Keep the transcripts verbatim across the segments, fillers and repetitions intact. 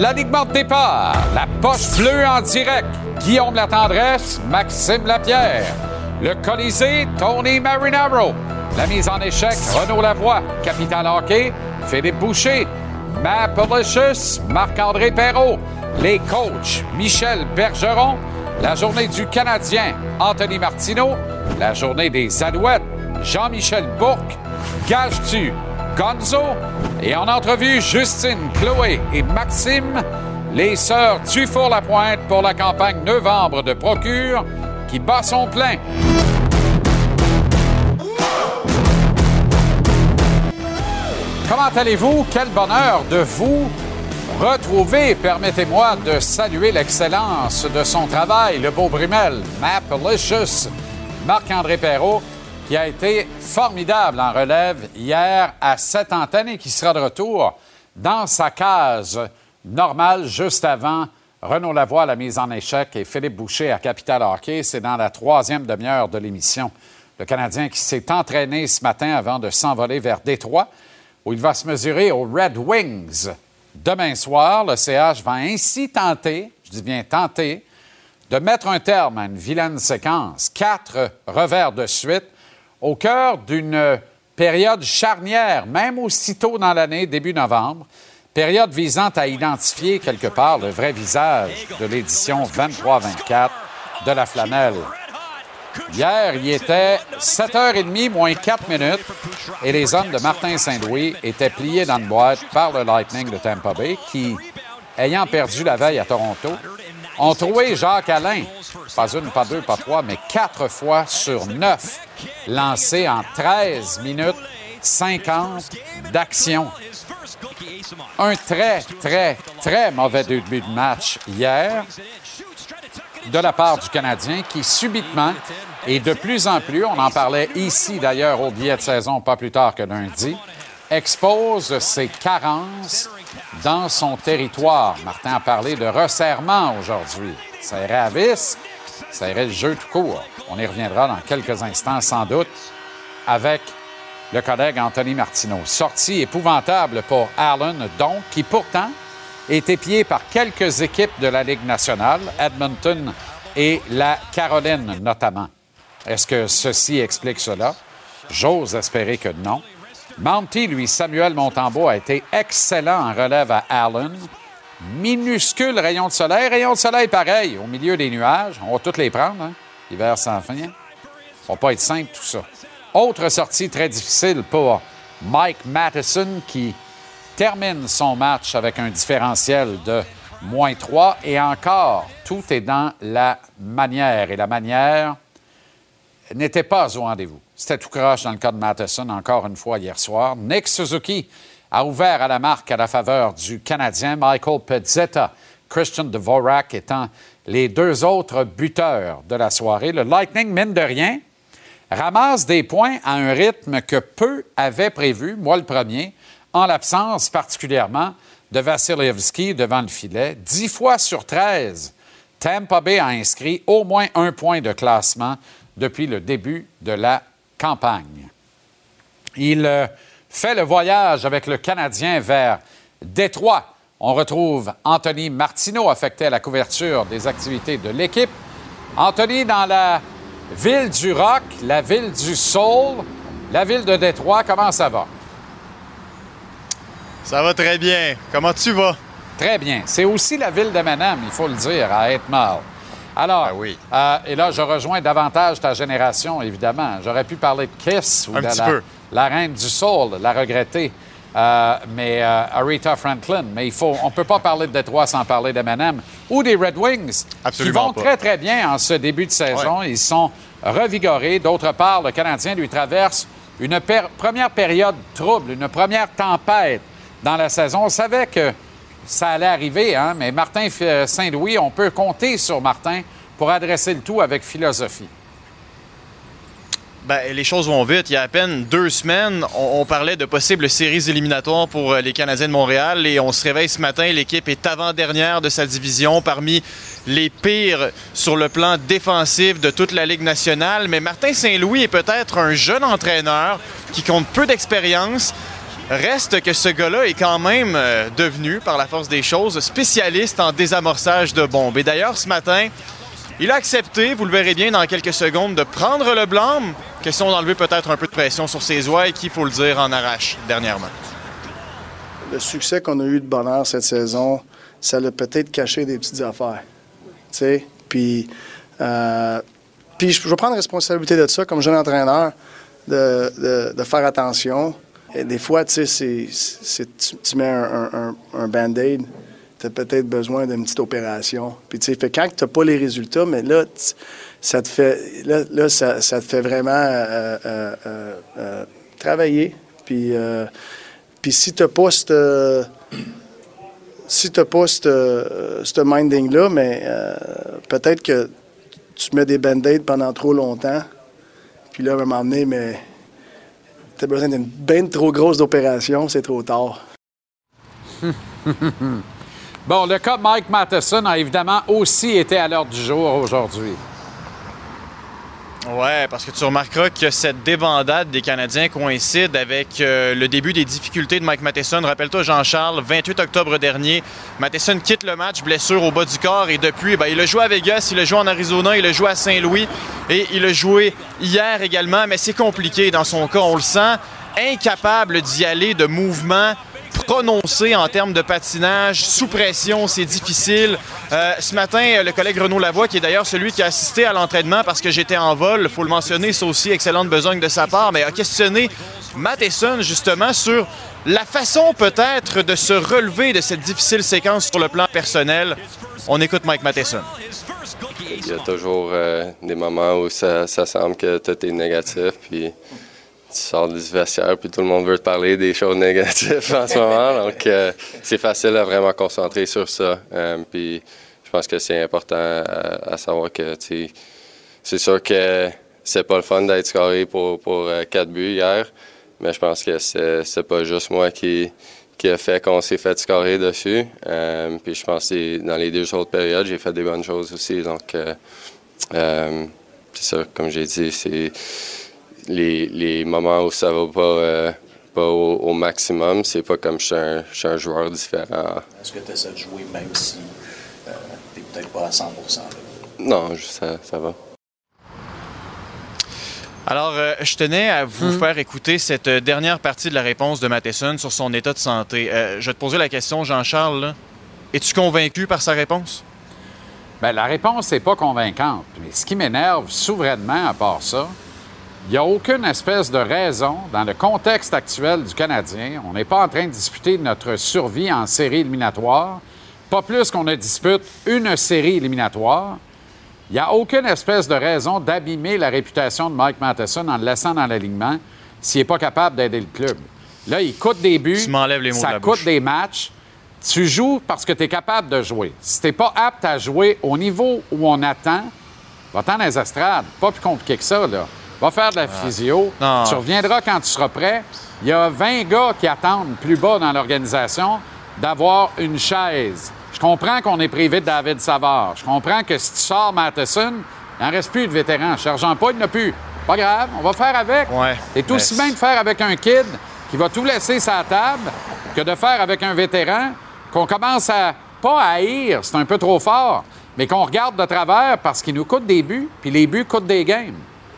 L'alignement de départ, la poche bleue en direct, Guillaume Latendresse, Maxime Lapierre. Le Colisée, Tony Marinaro. La mise en échec, Renaud Lavoie. Capital Hockey, Philippe Boucher. Mapalicious, Marc-André Perrault. Les coachs, Michel Bergeron. La journée du Canadien, Anthony Martineau. La journée des Alouettes, Jean-Michel Bourque. Gage-tu, Gonzo. Et en entrevue, Justine, Chloé et Maxime, les sœurs Dufour-Lapointe pour la campagne novembre de Procure qui bat son plein. Comment allez-vous? Quel bonheur de vous retrouver. Permettez-moi de saluer l'excellence de son travail, le beau Brimel, Mapalicious, Marc-André Perrault, qui a été formidable en relève hier à cette antenne et qui sera de retour dans sa case normale juste avant Renaud Lavoie à la mise en échec et Philippe Boucher à Capital Hockey. C'est dans la troisième demi-heure de l'émission. Le Canadien qui s'est entraîné ce matin avant de s'envoler vers Détroit, où il va se mesurer aux Red Wings. Demain soir, le C H va ainsi tenter, je dis bien tenter, de mettre un terme à une vilaine séquence. Quatre revers de suite au cœur d'une période charnière, même aussitôt dans l'année, début novembre, période visant à identifier quelque part le vrai visage de l'édition vingt-trois vingt-quatre de la Flanelle. Hier, il était sept heures trente moins quatre minutes et les hommes de Martin Saint-Louis étaient pliés dans une boîte par le Lightning de Tampa Bay qui, ayant perdu la veille à Toronto, ont trouvé Jacques Alain, pas une, pas deux, pas trois, mais quatre fois sur neuf, lancé en treize minutes cinquante d'action. Un très, très, très mauvais début de match hier de la part du Canadien qui, subitement, et de plus en plus, on en parlait ici d'ailleurs au billet de saison pas plus tard que lundi, expose ses carences dans son territoire. Martin a parlé de resserrement aujourd'hui. Ça irait à vis, ça irait le jeu tout court. On y reviendra dans quelques instants, sans doute, avec le collègue Anthony Martineau. Sortie épouvantable pour Allen, donc, qui pourtant est épié par quelques équipes de la Ligue nationale, Edmonton et la Caroline notamment. Est-ce que ceci explique cela? J'ose espérer que non. Mounty, lui, Samuel Montembeault, a été excellent en relève à Allen. Minuscule rayon de soleil. Rayon de soleil pareil, au milieu des nuages. On va tous les prendre, hein? Hiver sans fin. Ça va pas être simple, tout ça. Autre sortie très difficile pour Mike Matheson, qui termine son match avec un différentiel de moins trois. Et encore, tout est dans la manière. Et la manière n'était pas au rendez-vous. C'était tout croche dans le cas de Matheson, encore une fois hier soir. Nick Suzuki a ouvert à la marque à la faveur du Canadien. Michael Pezzetta, Christian Dvorak étant les deux autres buteurs de la soirée. Le Lightning, mine de rien, ramasse des points à un rythme que peu avaient prévu, moi le premier, en l'absence particulièrement de Vasilevski devant le filet. Dix fois sur treize, Tampa Bay a inscrit au moins un point de classement depuis le début de la campagne. Il euh, fait le voyage avec le Canadien vers Détroit. On retrouve Anthony Martineau, affecté à la couverture des activités de l'équipe. Anthony, dans la ville du rock, la ville du soul, la ville de Détroit, comment ça va? Ça va très bien. Comment tu vas? Très bien. C'est aussi la ville d'Eminem, il faut le dire, à eight mile. Alors, ah oui. euh, et là, je rejoins davantage ta génération, évidemment. J'aurais pu parler de Kiss ou Un de petit la, peu. la reine du soul, la regrettée, euh, mais euh, Aretha Franklin. Mais il faut, on ne peut pas parler de Détroit sans parler d'Eminem ou des Red Wings, Absolument qui vont pas. très, très bien en ce début de saison. Ouais. Ils sont revigorés. D'autre part, le Canadien lui traverse une per- première période trouble, une première tempête dans la saison. On savait que ça allait arriver, hein? Mais Martin Saint-Louis, on peut compter sur Martin pour adresser le tout avec philosophie. Bien, les choses vont vite. Il y a à peine deux semaines, on, on parlait de possibles séries éliminatoires pour les Canadiens de Montréal et on se réveille ce matin, l'équipe est avant-dernière de sa division, parmi les pires sur le plan défensif de toute la Ligue nationale. Mais Martin Saint-Louis est peut-être un jeune entraîneur qui compte peu d'expérience, Reste que ce gars-là est quand même euh, devenu, par la force des choses, spécialiste en désamorçage de bombes. Et d'ailleurs, ce matin, il a accepté, vous le verrez bien dans quelques secondes, de prendre le blâme. Question d'enlever peut-être un peu de pression sur ses ouailles qui, il faut le dire, en arrache dernièrement. Le succès qu'on a eu de Bonheur cette saison, ça l'a peut-être caché des petites affaires. Tu sais, puis... Euh, puis je vais prendre responsabilité de ça comme jeune entraîneur, de, de, de faire attention. Et des fois, tu sais, c'est, c'est, tu, tu mets un, un, un band-aid, tu as peut-être besoin d'une petite opération. Puis tu sais, quand tu n'as pas les résultats, mais là, tu, ça te fait, là, là ça, ça te fait vraiment euh, euh, euh, euh, travailler. Puis, euh, puis si tu n'as pas cette... Euh, si tu n'as pas ce minding-là, mais euh, peut-être que tu mets des band-aids pendant trop longtemps, puis là, à un moment donné, mais tu as besoin d'une bien trop grosse opération, c'est trop tard. Bon, le cas Mike Matheson a évidemment aussi été à l'ordre du jour aujourd'hui. Ouais, parce que tu remarqueras que cette débandade des Canadiens coïncide avec euh, le début des difficultés de Mike Matheson. Rappelle-toi, Jean-Charles, vingt-huit octobre dernier, Matheson quitte le match, blessure au bas du corps, et depuis, ben, il a joué à Vegas, il a joué en Arizona, il a joué à Saint-Louis, et il a joué hier également, mais c'est compliqué dans son cas, on le sent, incapable d'y aller de mouvement prononcé en termes de patinage, sous pression, c'est difficile. Euh, ce matin, le collègue Renaud Lavoie, qui est d'ailleurs celui qui a assisté à l'entraînement parce que j'étais en vol, il faut le mentionner, c'est aussi excellente besogne de sa part, mais a questionné Matheson justement sur la façon peut-être de se relever de cette difficile séquence sur le plan personnel. On écoute Mike Matheson. Il y a toujours euh, des moments où ça, ça semble que tout est négatif, puis tu sors du vestiaire, puis tout le monde veut te parler des choses négatives en ce moment. Donc, euh, c'est facile à vraiment concentrer sur ça. Euh, puis, je pense que c'est important à, à savoir que, tu sais, c'est sûr que c'est pas le fun d'être scoré pour, pour euh, quatre buts hier, mais je pense que c'est, c'est pas juste moi qui, qui a fait qu'on s'est fait scorer dessus. Euh, puis, je pense que dans les deux autres périodes, j'ai fait des bonnes choses aussi. Donc, euh, euh, c'est ça, comme j'ai dit, c'est... Les, les moments où ça va pas, euh, pas au, au maximum, c'est pas comme je suis un, je suis un joueur différent. Est-ce que tu essaies de jouer même si euh, tu n'es peut-être pas à cent pour cent? Là? Non, ça, ça va. Alors, euh, je tenais à vous mmh. faire écouter cette dernière partie de la réponse de Matheson sur son état de santé. Euh, je vais te poser la question, Jean-Charles. Là. Es-tu convaincu par sa réponse? Bien, la réponse n'est pas convaincante. Mais ce qui m'énerve souverainement, à part ça, il n'y a aucune espèce de raison, dans le contexte actuel du Canadien, on n'est pas en train de disputer notre survie en série éliminatoire, pas plus qu'on ne dispute une série éliminatoire. Il n'y a aucune espèce de raison d'abîmer la réputation de Mike Matheson en le laissant dans l'alignement s'il n'est pas capable d'aider le club. Là, il coûte des buts, tu m'enlèves les mots ça de la coûte bouche. des matchs. Tu joues parce que tu es capable de jouer. Si tu n'es pas apte à jouer au niveau où on attend, va-t'en dans les estrades. Pas plus compliqué que ça, là. Va faire de la physio. Non. Tu reviendras quand tu seras prêt. Il y a vingt gars qui attendent plus bas dans l'organisation d'avoir une chaise. Je comprends qu'on est privé de David Savard. Je comprends que si tu sors Matheson, il n'en reste plus de vétéran. Sergent pas, il n'y en a plus. Pas grave, on va faire avec. Ouais, C'est aussi bien de faire avec un kid qui va tout laisser sur la table que de faire avec un vétéran qu'on commence à, pas à haïr, c'est un peu trop fort, mais qu'on regarde de travers parce qu'il nous coûte des buts, puis les buts coûtent des games.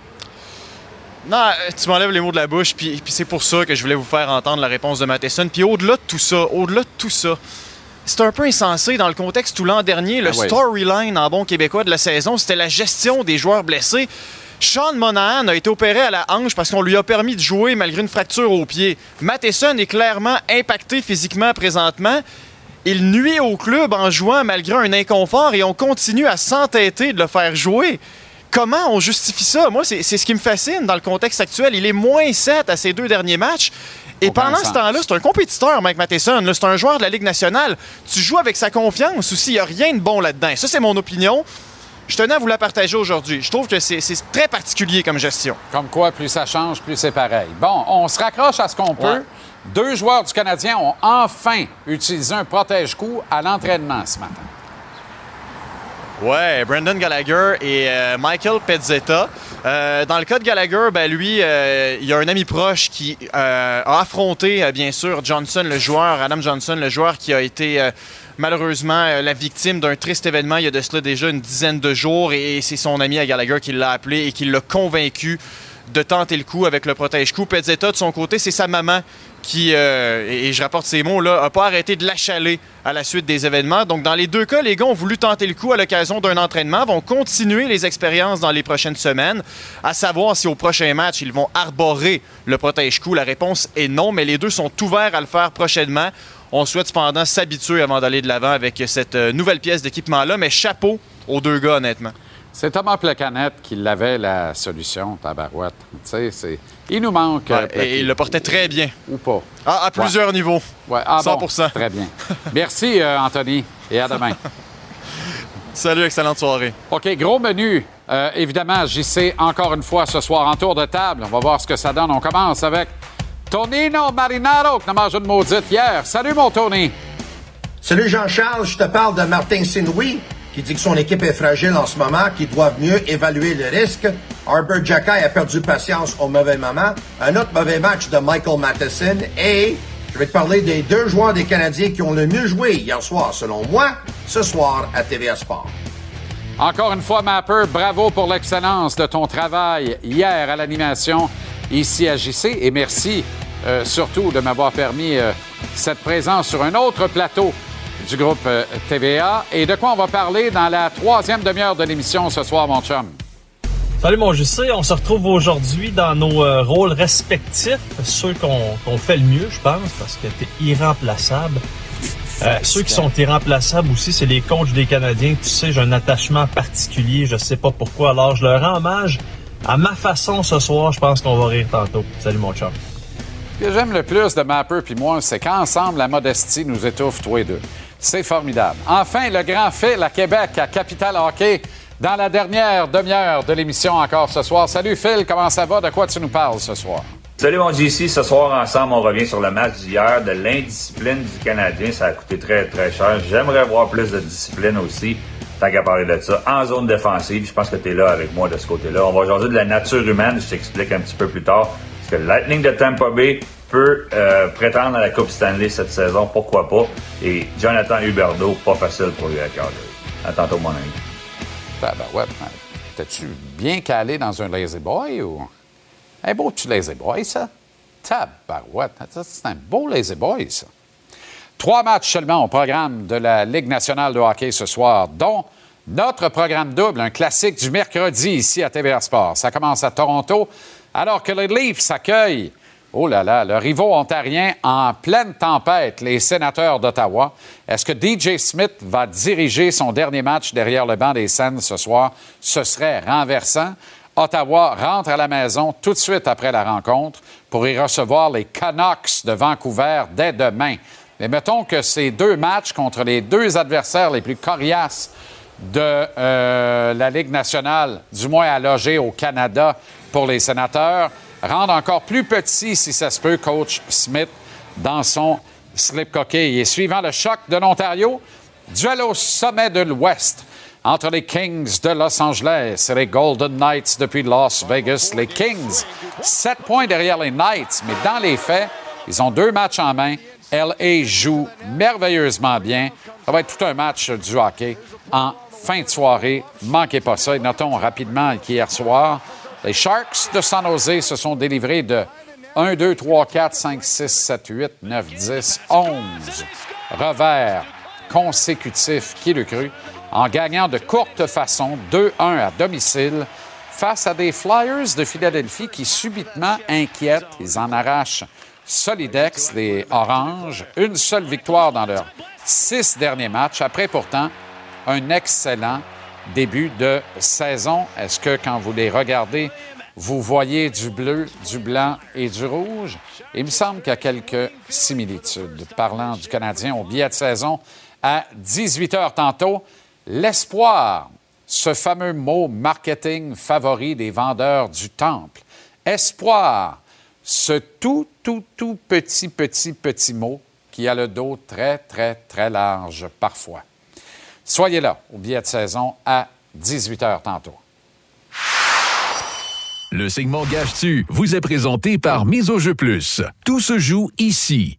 Non, tu m'enlèves les mots de la bouche, puis, puis c'est pour ça que je voulais vous faire entendre la réponse de Matheson. Puis au-delà de tout ça, au-delà de tout ça, c'est un peu insensé dans le contexte où l'an dernier, le ah oui. storyline en bon québécois de la saison, c'était la gestion des joueurs blessés. Sean Monahan a été opéré à la hanche parce qu'on lui a permis de jouer malgré une fracture au pied. Matheson est clairement impacté physiquement présentement. Il nuit au club en jouant malgré un inconfort et on continue à s'entêter de le faire jouer. Comment on justifie ça? Moi, c'est, c'est ce qui me fascine dans le contexte actuel. Il est moins sept à ses deux derniers matchs. Et Aucun pendant sens. ce temps-là, c'est un compétiteur, Mike Matheson. Là, c'est un joueur de la Ligue nationale. Tu joues avec sa confiance aussi. Il n'y a rien de bon là-dedans. Ça, c'est mon opinion. Je tenais à vous la partager aujourd'hui. Je trouve que c'est, c'est très particulier comme gestion. Comme quoi, plus ça change, plus c'est pareil. Bon, on se raccroche à ce qu'on peut. Ouais. Deux joueurs du Canadien ont enfin utilisé un protège-coup à l'entraînement ce matin. Ouais, Brendan Gallagher et euh, Michael Pezzetta. Euh, dans le cas de Gallagher, ben lui, euh, il y a un ami proche qui euh, a affronté, euh, bien sûr, Johnson, le joueur, Adam Johnson, le joueur qui a été euh, malheureusement euh, la victime d'un triste événement il y a de cela déjà une dizaine de jours. Et c'est son ami à Gallagher qui l'a appelé et qui l'a convaincu de tenter le coup avec le protège-coup. Pezzetta, de son côté, c'est sa maman qui, euh, et je rapporte ces mots-là, n'a pas arrêté de l'achaler à la suite des événements. Donc, dans les deux cas, les gars ont voulu tenter le coup à l'occasion d'un entraînement, vont continuer les expériences dans les prochaines semaines, à savoir si au prochain match, ils vont arborer le protège-coup. La réponse est non, mais les deux sont ouverts à le faire prochainement. On souhaite cependant s'habituer avant d'aller de l'avant avec cette nouvelle pièce d'équipement-là, mais chapeau aux deux gars, honnêtement. C'est Thomas Plekanec qui l'avait, la solution, tabarouette. Tu sais, c'est... Il nous manque... Ouais, euh, et il le portait très bien. Ou pas. Ah, à plusieurs ouais. niveaux. Ouais. Ah, cent pour cent. Bon, très bien. Merci, euh, Anthony, et à demain. Salut, excellente soirée. OK, gros menu. Euh, évidemment, J C, encore une fois, ce soir, en tour de table. On va voir ce que ça donne. On commence avec Tonino Marinaro, qui n'a mangé une maudite hier. Salut, mon Tony. Salut, Jean-Charles. Je te parle de Martin Saint-Louis, qui dit que son équipe est fragile en ce moment, qu'ils doivent mieux évaluer le risque. Arbor Xhekaj a perdu patience au mauvais moment. Un autre mauvais match de Michael Matheson. Et je vais te parler des deux joueurs des Canadiens qui ont le mieux joué hier soir, selon moi, ce soir à T V A Sport. Encore une fois, Mapper, bravo pour l'excellence de ton travail hier à l'animation ici à J C. Et merci euh, surtout de m'avoir permis euh, cette présence sur un autre plateau du groupe euh, T V A. Et de quoi on va parler dans la troisième demi-heure de l'émission ce soir, mon chum? Salut mon J C, on se retrouve aujourd'hui dans nos euh, rôles respectifs, ceux qu'on qu'on fait le mieux, je pense, parce que t'es irremplaçable. Euh, ceux qui sont irremplaçables aussi, c'est les coachs des Canadiens. Tu sais, j'ai un attachement particulier, je sais pas pourquoi. Alors, je leur rends hommage à ma façon ce soir. Je pense qu'on va rire tantôt. Salut mon chum. Ce que j'aime le plus de Mapper puis moi, c'est qu'ensemble, la modestie nous étouffe, toi et deux. C'est formidable. Enfin, le grand fait, la Québec à Capital Hockey, dans la dernière demi-heure de l'émission encore ce soir. Salut Phil, comment ça va? De quoi tu nous parles ce soir? Salut mon J C, ce soir ensemble, on revient sur le match d'hier, de l'indiscipline du Canadien. Ça a coûté très très cher. J'aimerais voir plus de discipline aussi, tant qu'à parler de ça, en zone défensive. Je pense que tu es là avec moi de ce côté-là. On va jaser de la nature humaine, je t'explique un petit peu plus tard. Parce que le Lightning de Tampa Bay peut euh, prétendre à la Coupe Stanley cette saison, pourquoi pas. Et Jonathan Huberdeau, pas facile pour lui à Calgary. À tantôt mon ami. Ah ben ouais, t'es-tu bien calé dans un lazy boy ou... Un beau petit lazy boy, ça? Tabarouette, c'est un beau lazy boy, ça. Trois matchs seulement au programme de la Ligue nationale de hockey ce soir, dont notre programme double, un classique du mercredi ici à T V A Sport. Ça commence à Toronto, alors que les Leafs accueillent, oh là là, le rivaux ontarien en pleine tempête, les Sénateurs d'Ottawa. Est-ce que D J Smith va diriger son dernier match derrière le banc des Sens ce soir? Ce serait renversant. Ottawa rentre à la maison tout de suite après la rencontre pour y recevoir les Canucks de Vancouver dès demain. Mais mettons que ces deux matchs contre les deux adversaires les plus coriaces de euh, la Ligue nationale, du moins à loger au Canada pour les Sénateurs, rendent encore plus petit, si ça se peut, coach Smith dans son slip coquille. Et suivant le choc de l'Ontario, duel au sommet de l'Ouest entre les Kings de Los Angeles et les Golden Knights depuis Las Vegas. Les Kings, sept points derrière les Knights, mais dans les faits, ils ont deux matchs en main. L A joue merveilleusement bien. Ça va être tout un match du hockey en fin de soirée. Manquez pas ça. Et notons rapidement qu'hier soir, les Sharks de San Jose se sont délivrés de un, deux, trois, quatre, cinq, six, sept, huit, neuf, dix, onze revers consécutifs, qui le crut, en gagnant de courte façon deux un à domicile face à des Flyers de Philadelphie qui subitement inquiètent. Ils en arrachent Solidex, les Oranges. Une seule victoire dans leurs six derniers matchs. Après, pourtant, un excellent début de saison. Est-ce que, quand vous les regardez, vous voyez du bleu, du blanc et du rouge? Il me semble qu'il y a quelques similitudes. Parlant du Canadien au billet de saison à dix-huit heures tantôt, l'espoir, ce fameux mot marketing favori des vendeurs du Temple. Espoir, ce tout, tout, tout petit, petit, petit mot qui a le dos très, très, très large parfois. Soyez là au billet de saison à dix-huit heures tantôt. Le segment Gage-tu vous est présenté par Mise au jeu plus. Tout se joue ici.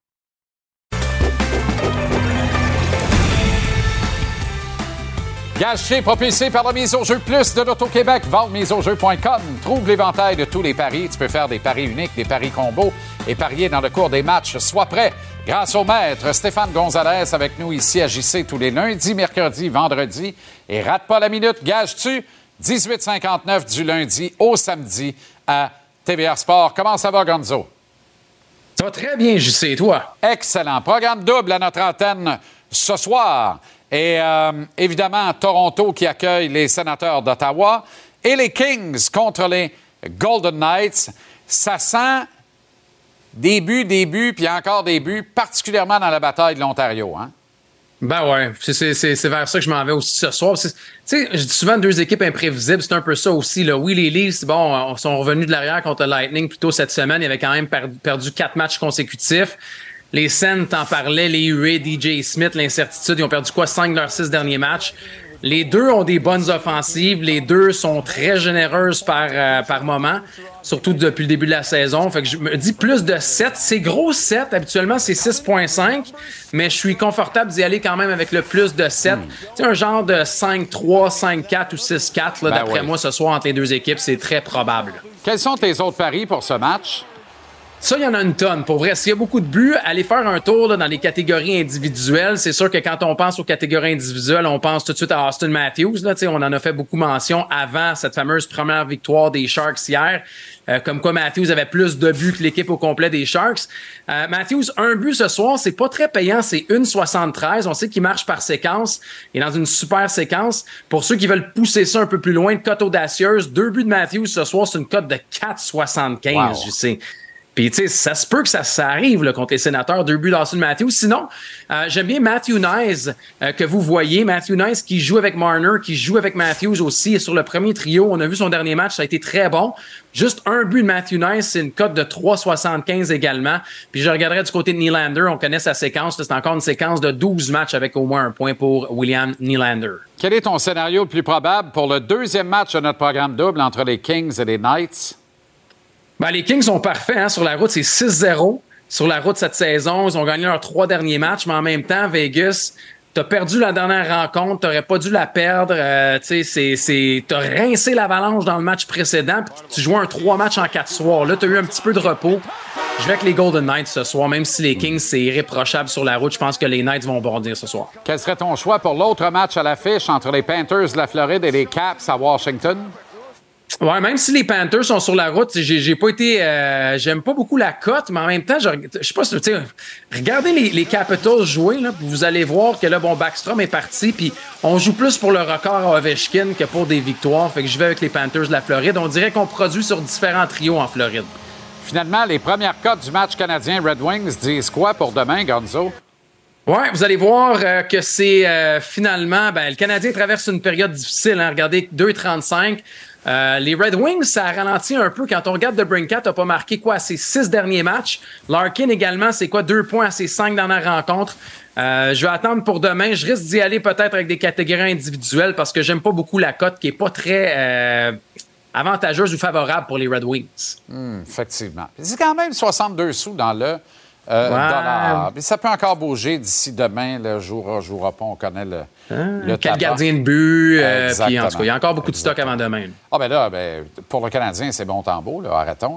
Gage-tu propulsé par la Mise au jeu plus de l'Auto-Québec. Va au mise au jeu point com. Trouve l'éventail de tous les paris. Tu peux faire des paris uniques, des paris combos et parier dans le cours des matchs. Sois prêt. Grâce au maître Stéphane Gonzalez avec nous ici à J C tous les lundis, mercredis, vendredis. Et rate pas la minute. Gage-tu dix-huit cinquante-neuf du lundi au samedi à T V R Sport. Comment ça va, Gonzo? Ça va très bien, J C, et toi? Excellent. Programme double à notre antenne ce soir. Et euh, évidemment, Toronto qui accueille les Sénateurs d'Ottawa et les Kings contre les Golden Knights. Ça sent des buts, des buts, puis encore des buts, particulièrement dans la bataille de l'Ontario, hein? Ben ouais, c'est, c'est, c'est, c'est vers ça que je m'en vais aussi ce soir. Tu sais, je dis souvent deux équipes imprévisibles, c'est un peu ça aussi. Là. Oui, les Leafs, bon, sont revenus de l'arrière contre le Lightning plus tôt cette semaine. Ils avaient quand même per- perdu quatre matchs consécutifs. Les Sens, t'en parlais, les U A, D J Smith, l'incertitude, ils ont perdu quoi? cinq de leurs six derniers matchs. Les deux ont des bonnes offensives. Les deux sont très généreuses par, euh, par moment, surtout depuis le début de la saison. Fait que je me dis plus de sept. C'est gros sept. Habituellement, c'est six virgule cinq. Mais je suis confortable d'y aller quand même avec le plus de sept. Mm. C'est un genre de cinq trois, cinq quatre ou six quatre. Là, ben d'après oui. moi, ce soir, entre les deux équipes, c'est très probable. Quels sont tes autres paris pour ce match? Ça, il y en a une tonne. Pour vrai, s'il y a beaucoup de buts, allez faire un tour là, dans les catégories individuelles. C'est sûr que quand on pense aux catégories individuelles, on pense tout de suite à Austin Matthews. Là, on en a fait beaucoup mention avant cette fameuse première victoire des Sharks hier. Euh, comme quoi Matthews avait plus de buts que l'équipe au complet des Sharks. Euh, Matthews, un but ce soir, c'est pas très payant, c'est une virgule soixante-treize. On sait qu'il marche par séquence et dans une super séquence. Pour ceux qui veulent pousser ça un peu plus loin, de cote audacieuse, deux buts de Matthews ce soir, c'est une cote de quatre virgule soixante-quinze, wow. Je sais. Puis, tu sais, ça se peut que ça, ça arrive là, contre les Sénateurs, deux buts d'Austin Matthews. Sinon, euh, j'aime bien Matthew Knies, euh, que vous voyez. Matthew Knies qui joue avec Marner, qui joue avec Matthews aussi. Et sur le premier trio, on a vu son dernier match, ça a été très bon. Juste un but de Matthew Knies, c'est une cote de trois virgule soixante-quinze également. Puis je regarderai du côté de Nylander, on connaît sa séquence. C'est encore une séquence de douze matchs avec au moins un point pour William Nylander. Quel est ton scénario le plus probable pour le deuxième match de notre programme double entre les Kings et les Knights? Ben, les Kings sont parfaits. Hein? Sur la route, c'est six zéro. Sur la route cette saison, ils ont gagné leurs trois derniers matchs. Mais en même temps, Vegas, t'as perdu la dernière rencontre. T'aurais pas dû la perdre. Euh, c'est, c'est, t'as rincé l'Avalanche dans le match précédent. Puis tu jouais un trois matchs en quatre soirs. Là, t'as eu un petit peu de repos. Je vais avec les Golden Knights ce soir. Même si les Kings, c'est irréprochable sur la route, je pense que les Knights vont bondir ce soir. Quel serait ton choix pour l'autre match à l'affiche entre les Panthers de la Floride et les Caps à Washington? Ouais, même si les Panthers sont sur la route, j'ai, j'ai pas été, euh, j'aime pas beaucoup la cote, mais en même temps, je, je sais pas si, tu sais, regardez les, les Capitals jouer, là, puis vous allez voir que là, bon, Backstrom est parti, puis on joue plus pour le record à Ovechkin que pour des victoires, fait que je vais avec les Panthers de la Floride. On dirait qu'on produit sur différents trios en Floride. Finalement, les premières cotes du match canadien Red Wings disent quoi pour demain, Gonzo? Ouais, vous allez voir euh, que c'est euh, finalement, ben, le Canadien traverse une période difficile, hein, regardez, deux virgule trente-cinq. Euh, les Red Wings, ça a ralenti un peu. Quand on regarde DeBrincat, n'a pas marqué quoi à ses six derniers matchs. Larkin également, c'est quoi deux points à ses cinq dernières rencontres. Euh, je vais attendre pour demain. Je risque d'y aller peut-être avec des catégories individuelles parce que j'aime pas beaucoup la cote qui est pas très euh, avantageuse ou favorable pour les Red Wings. Mmh, effectivement. C'est quand même soixante-deux sous dans le euh, ouais. dollar. Puis ça peut encore bouger d'ici demain. Le jouera, jouera pas. On connaît le, hein? le Quel tabac. gardien de but. Euh, puis en tout cas, il y a encore beaucoup Exactement. de stock avant demain. Ah, ben là, ben, pour le Canadien, c'est bon tambour. Là. Arrêtons.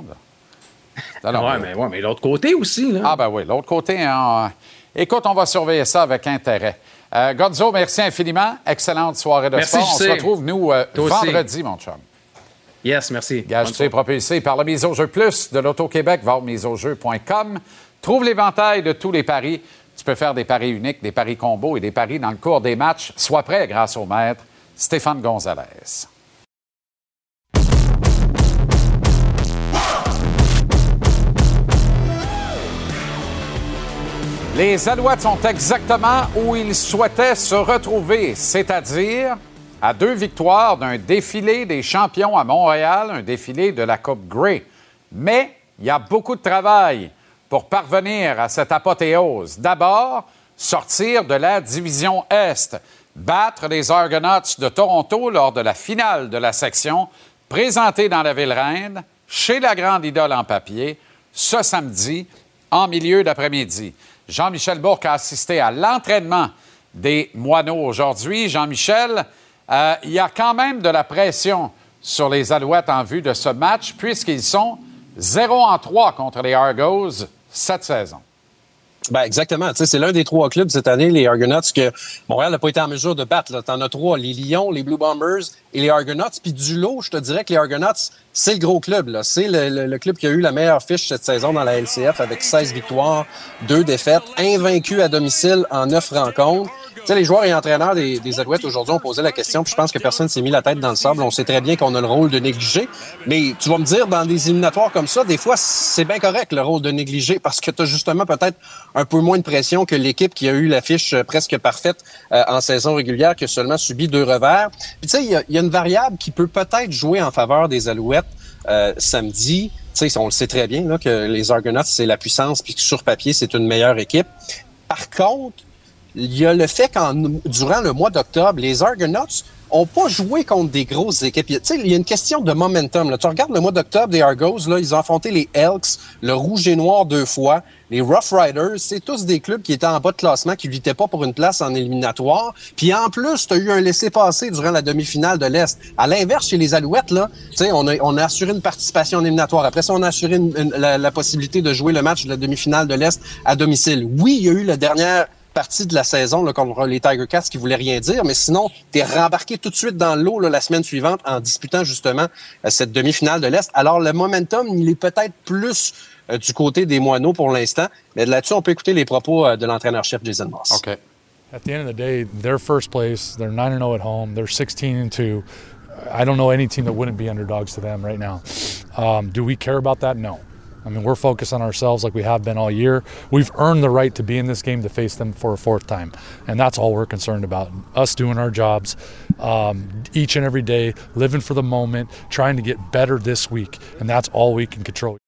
Là. Non, ouais, mais, ouais, mais l'autre côté aussi. Là. Ah, ben oui, l'autre côté. Hein, écoute, on va surveiller ça avec intérêt. Euh, Gonzo, merci infiniment. Excellente soirée de merci, sport. On se retrouve, nous, euh, vendredi, mon chum. Yes, merci. Gage-tu est propulsé par la Mise au jeu plus de l'Auto-Québec, va au mise au jeu point com. Trouve l'éventail de tous les paris. Tu peux faire des paris uniques, des paris combos et des paris dans le cours des matchs. Sois prêt grâce au maître Stéphane Gonzalez. Les Alouettes sont exactement où ils souhaitaient se retrouver, c'est-à-dire à deux victoires d'un défilé des champions à Montréal, un défilé de la Coupe Grey. Mais il y a beaucoup de travail pour parvenir à cette apothéose. D'abord, sortir de la division Est. battre les Argonauts de Toronto lors de la finale de la section, présentée dans la Ville-Reine, chez la grande idole en papier, ce samedi, en milieu d'après-midi. Jean-Michel Bourque a assisté à l'entraînement des Moineaux aujourd'hui. Jean-Michel, euh, il y a quand même de la pression sur les Alouettes en vue de ce match, puisqu'ils sont zéro en trois contre les Argos cette saison. Ben exactement. Tu sais, c'est l'un des trois clubs cette année, les Argonauts, que Montréal n'a pas été en mesure de battre. Tu en as trois, les Lions, les Blue Bombers et les Argonauts. Puis du lot, je te dirais que les Argonauts, c'est le gros club. Là. C'est le, le, le club qui a eu la meilleure fiche cette saison dans la L C F avec seize victoires, deux défaites, invaincu à domicile en neuf rencontres. Tu sais, les joueurs et entraîneurs des, des Alouettes aujourd'hui ont posé la question, puis je pense que personne s'est mis la tête dans le sable. On sait très bien qu'on a le rôle de négliger. Mais tu vas me dire, dans des éliminatoires comme ça, des fois, c'est bien correct le rôle de négliger parce que tu as justement peut-être un peu moins de pression que l'équipe qui a eu la fiche presque parfaite euh, en saison régulière, qui a seulement subi deux revers. Puis tu sais, il y, y a une variable qui peut peut-être jouer en faveur des Alouettes euh, samedi. Tu sais, on le sait très bien là, que les Argonauts, c'est la puissance, puis que sur papier, c'est une meilleure équipe. Par contre, il y a le fait qu'en durant le mois d'octobre, les Argonauts ont pas joué contre des grosses équipes. Tu sais, il y a une question de momentum. Là. Tu regardes le mois d'octobre des Argos, là, ils ont affronté les Elks, le Rouge et Noir deux fois, les Rough Riders. C'est tous des clubs qui étaient en bas de classement, qui luttaient pas pour une place en éliminatoire. Puis en plus, tu as eu un laissez-passer durant la demi-finale de l'Est. À l'inverse, chez les Alouettes, là, tu sais, on a, on a assuré une participation en éliminatoire. Après ça, on a assuré une, une, la, la possibilité de jouer le match de la demi-finale de l'Est à domicile. Oui, il y a eu la dernière partie de la saison là, contre les Tiger Cats qui voulait rien dire, mais sinon, t'es rembarqué tout de suite dans l'eau là, la semaine suivante en disputant justement euh, cette demi-finale de l'Est. Alors, le momentum, il est peut-être plus euh, du côté des Moineaux pour l'instant, mais là-dessus, on peut écouter les propos euh, de l'entraîneur-chef Jason Moss. OK. At the end of the day, they're first place, they're nine and oh at home, they're sixteen and two. I don't know any team that wouldn't be underdogs to them right now. Um, do we care about that? No. I mean, we're focused on ourselves like we have been all year. We've earned the right to be in this game to face them for a fourth time. And that's all we're concerned about. Us doing our jobs um, each and every day, living for the moment, trying to get better this week. And that's all we can control.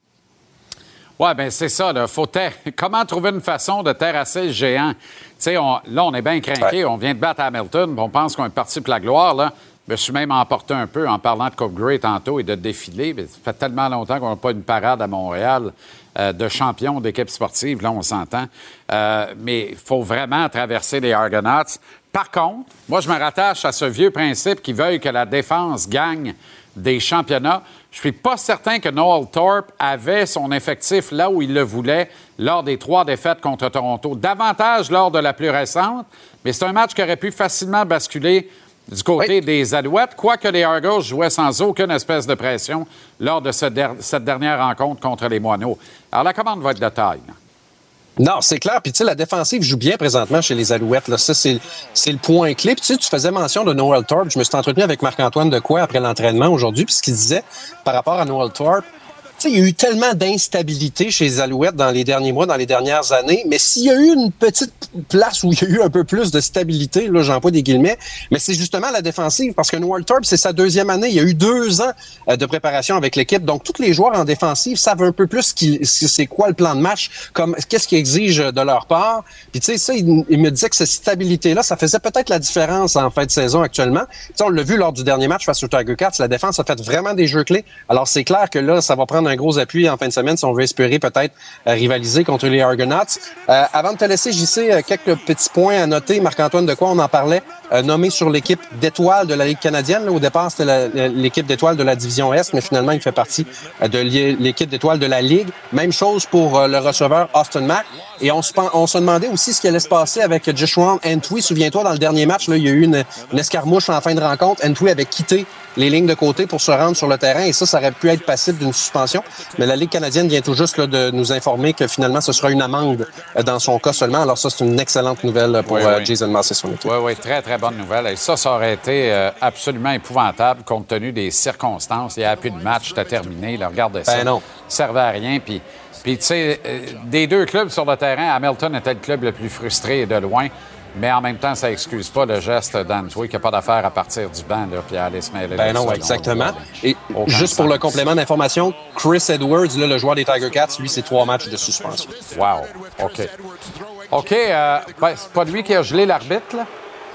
Oui, bien, c'est ça. Là. Faut ter... Comment trouver une façon de terrasser le géant? Tu sais, on... là, on est bien craqué. Ouais. On vient de battre Hamilton. On pense qu'on est parti pour la gloire, là. Je me suis même emporté un peu en parlant de Coupe Grey tantôt et de défilé. Ça fait tellement longtemps qu'on n'a pas une parade à Montréal euh, de champions d'équipe sportive. Là, on s'entend. Euh, mais il faut vraiment traverser les Argonauts. Par contre, moi, je me rattache à ce vieux principe qui veuille que la défense gagne des championnats. Je suis pas certain que Noel Thorpe avait son effectif là où il le voulait lors des trois défaites contre Toronto. Davantage lors de la plus récente, mais c'est un match qui aurait pu facilement basculer du côté oui. des Alouettes, quoique les Argos jouaient sans aucune espèce de pression lors de ce der- cette dernière rencontre contre les Moineaux. Alors, la commande va être de taille. Là. Non, c'est clair. Puis, tu sais, la défensive joue bien présentement chez les Alouettes. Là. Ça, c'est, c'est le point clé. Puis, tu sais, tu faisais mention de Noel Thorpe. Je me suis entretenu avec Marc-Antoine Decoy après l'entraînement aujourd'hui. Puis, ce qu'il disait par rapport à Noel Thorpe, tu sais, il y a eu tellement d'instabilité chez les Alouettes dans les derniers mois, dans les dernières années, mais s'il y a eu une petite place où il y a eu un peu plus de stabilité, là, j'emploie des guillemets, mais c'est justement la défensive, parce que Noel Thorpe, c'est sa deuxième année. Il y a eu deux ans de préparation avec l'équipe. Donc, tous les joueurs en défensive savent un peu plus qui, c'est quoi le plan de match, comme qu'est-ce qu'ils exigent de leur part. Puis, tu sais, ça, il, il me disait que cette stabilité-là, ça faisait peut-être la différence en fin de saison actuellement. Tu sais, on l'a vu lors du dernier match face aux Tiger Cats, la défense a fait vraiment des jeux clés. Alors, c'est clair que là, ça va prendre un gros appui en fin de semaine si on veut espérer peut-être euh, rivaliser contre les Argonauts. Euh, avant de te laisser, J C, euh, quelques petits points à noter. Marc-Antoine Decoy, on en parlait, euh, nommé sur l'équipe d'étoiles de la Ligue canadienne. Là, au départ, c'était la, l'équipe d'étoiles de la division Est, mais finalement, il fait partie euh, de l'équipe d'étoiles de la Ligue. Même chose pour euh, le receveur Austin Mack. Et on se, on se demandait aussi ce qui allait se passer avec Joshua Antwi. Souviens-toi, dans le dernier match, là, il y a eu une, une escarmouche en fin de rencontre. Antwi avait quitté les lignes de côté pour se rendre sur le terrain et ça, ça aurait pu être passible d'une suspension. Mais la Ligue canadienne vient tout juste là, de nous informer que finalement, ce sera une amende dans son cas seulement. Alors ça, c'est une excellente nouvelle pour oui, oui. Jason Moss et son équipe. Oui, oui, très, très bonne nouvelle. Et ça, ça aurait été euh, absolument épouvantable compte tenu des circonstances. Il n'y a plus de match, c'était terminé. Là, regardez ça. Ben non. Ça servait à rien. Puis, puis tu sais, euh, des deux clubs sur le terrain, Hamilton était le club le plus frustré de loin. Mais en même temps, ça n'excuse pas le geste d'Antwi qui n'a pas d'affaire à partir du banc là, puis à aller se mêler. Ben non, ça, exactement. Donc, et juste pour le complément d'information, Chris Edwards, là, le joueur des Tiger Cats, lui, c'est trois matchs de suspension. Wow. OK. OK. Euh, ben, c'est pas lui qui a gelé l'arbitre, là?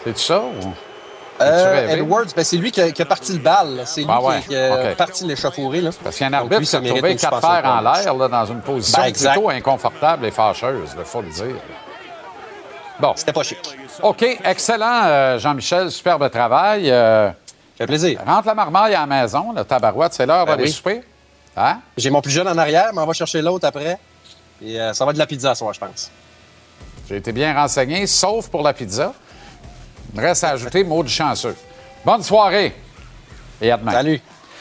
C'est ça ou... Euh, Edwards, ben c'est lui qui a, qui a parti le bal. Là. C'est lui ah ouais. qui, qui a okay. parti l'échauffourée. Là. Parce qu'il y a un arbitre qui s'est retrouvé quatre fers en l'air là, dans une position ben, plutôt inconfortable et fâcheuse, il faut le dire. Bon. C'était pas chic. OK, excellent, euh, Jean-Michel, superbe travail. Euh, Ça fait plaisir. Rentre la marmaille à la maison, le tabarouette, c'est l'heure ben d'aller oui. souper. Hein? J'ai mon plus jeune en arrière, mais on va chercher l'autre après. Et euh, ça va être de la pizza ce soir, je pense. J'ai été bien renseigné, sauf pour la pizza. Il me reste à ajouter mot du chanceux. Bonne soirée et à demain. Salut.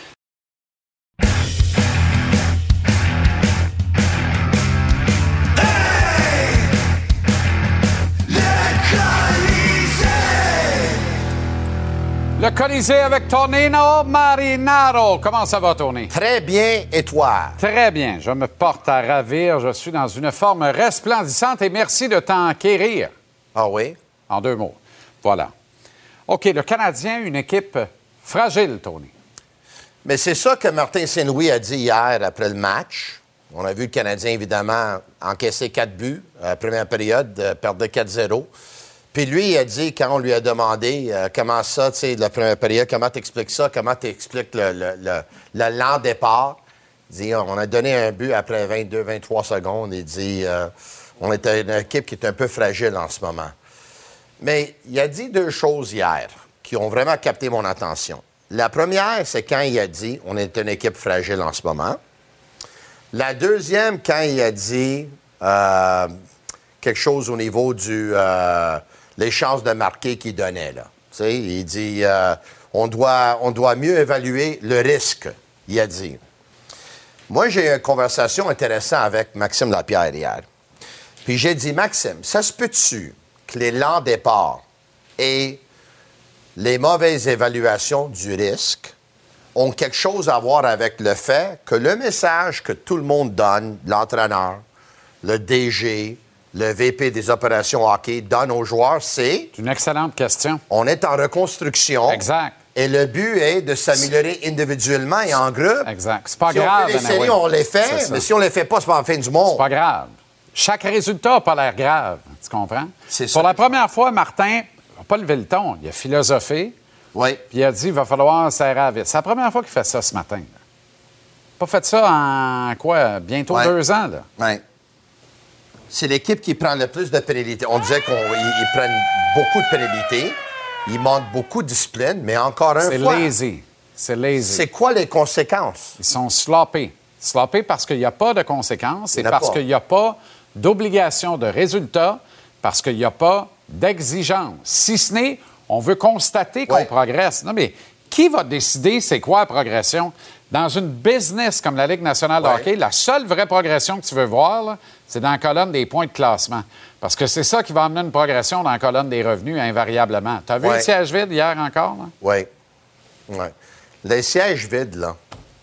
Le Colisée avec Tonino Marinaro. Comment ça va, Tony? Très bien, et toi? Très bien. Je me porte à ravir. Je suis dans une forme resplendissante et merci de t'enquérir. Ah oui? En deux mots. Voilà. OK, le Canadien, une équipe fragile, Tony. Mais c'est ça que Martin Saint-Louis a dit hier après le match. On a vu le Canadien, évidemment, encaisser quatre buts. La première période, euh, perdre quatre zéro. Puis lui, il a dit, quand on lui a demandé euh, comment ça, tu sais, la première période, comment t'expliques ça, comment t'expliques le, le, le, le lent départ, il dit, on a donné un but après vingt-deux vingt-trois secondes. Il dit, euh, on était une équipe qui est un peu fragile en ce moment. Mais il a dit deux choses hier qui ont vraiment capté mon attention. La première, c'est quand il a dit, on est une équipe fragile en ce moment. La deuxième, quand il a dit euh, quelque chose au niveau du... Euh, les chances de marquer qu'il donnait, là. Tu sais, il dit, euh, on doit, on doit mieux évaluer le risque, il a dit. Moi, j'ai eu une conversation intéressante avec Maxime Lapierre hier. Puis j'ai dit, Maxime, ça se peut-tu que les lents départs et les mauvaises évaluations du risque ont quelque chose à voir avec le fait que le message que tout le monde donne, l'entraîneur, le D G, le V P des opérations hockey donne aux joueurs, c'est... Une excellente question. On est en reconstruction. Exact. Et le but est de s'améliorer individuellement et en groupe. Exact. C'est pas si grave. On fait les séries, oui. on les fait, mais si on les fait pas, c'est pas la fin du monde. C'est pas grave. Chaque résultat n'a pas l'air grave. Tu comprends? C'est ça. Pour la première fois, Martin n'a pas levé le ton. Il a philosophé. Oui. Puis il a dit, il va falloir serrer la vis. C'est la première fois qu'il fait ça ce matin. Là. Pas fait ça en, quoi, bientôt ouais. deux ans, là. Oui. C'est l'équipe qui prend le plus de pénalités. On disait qu'ils prennent beaucoup de pénalités. Ils manquent beaucoup de discipline, mais encore un c'est fois... C'est lazy. C'est lazy. C'est quoi les conséquences? Ils sont sloppés. Sloppés parce qu'il n'y a pas de conséquences et parce qu'il n'y a pas d'obligation de résultat, parce qu'il n'y a pas d'exigence. Si ce n'est, on veut constater qu'on ouais. progresse. Non, mais qui va décider c'est quoi la progression? Dans une business comme la Ligue nationale de ouais. hockey, la seule vraie progression que tu veux voir, là, c'est dans la colonne des points de classement. Parce que c'est ça qui va amener une progression dans la colonne des revenus, invariablement. Tu as vu ouais. le siège vide hier encore? Oui. Oui. Les sièges vides, là,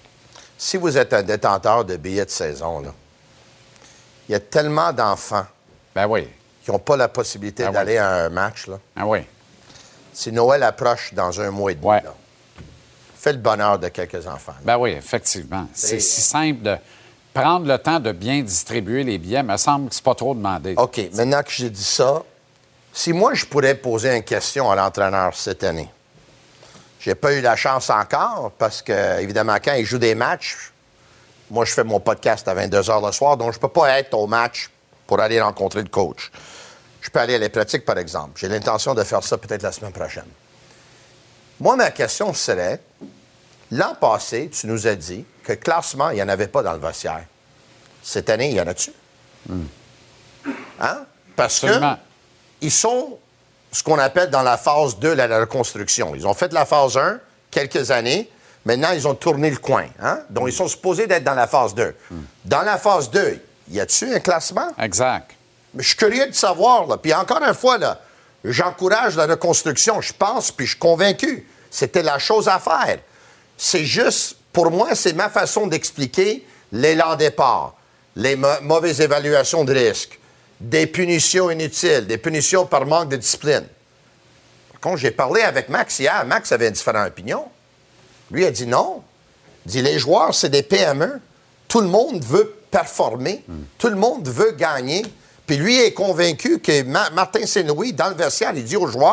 si vous êtes un détenteur de billets de saison, là, il y a tellement d'enfants ben oui. qui n'ont pas la possibilité ben d'aller oui. à un match. Là. Ben oui. Si Noël approche dans un mois et demi, ouais. là, fait le bonheur de quelques enfants. Ben oui, effectivement. C'est, c'est si simple de prendre le temps de bien distribuer les billets. Il me semble que c'est pas trop demandé. OK. Maintenant que j'ai dit ça, si moi, je pourrais poser une question à l'entraîneur cette année, j'ai pas eu la chance encore parce que, évidemment, quand il joue des matchs, moi, je fais mon podcast à vingt-deux heures le soir, donc je peux pas être au match pour aller rencontrer le coach. Je peux aller à les pratiques, par exemple. J'ai l'intention de faire ça peut-être la semaine prochaine. Moi, ma question serait, l'an passé, tu nous as dit que classement, il n'y en avait pas dans le vestiaire. Cette année, il y en a-tu? Mm. Hein? Parce Absolument. que ils sont ce qu'on appelle dans la phase deux de la reconstruction. Ils ont fait la phase un quelques années. Maintenant, ils ont tourné le coin. Hein? Donc, mm. ils sont supposés d'être dans la phase deux. Mm. Dans la phase deux, y a-tu un classement? Exact. Mais je suis curieux de savoir. Là. Puis encore une fois, là, j'encourage la reconstruction. Je pense, puis je suis convaincu. C'était la chose à faire. C'est juste, pour moi, c'est ma façon d'expliquer l'élan départ, les ma- mauvaises évaluations de risque, des punitions inutiles, des punitions par manque de discipline. Quand j'ai parlé avec Max hier, Max avait une différente opinion. Lui a dit non. Il dit, les joueurs, c'est des P M E. Tout le monde veut performer. Mm. Tout le monde veut gagner. Puis lui est convaincu que Ma- Martin Saint-Louis, dans le vestiaire, il dit aux joueurs,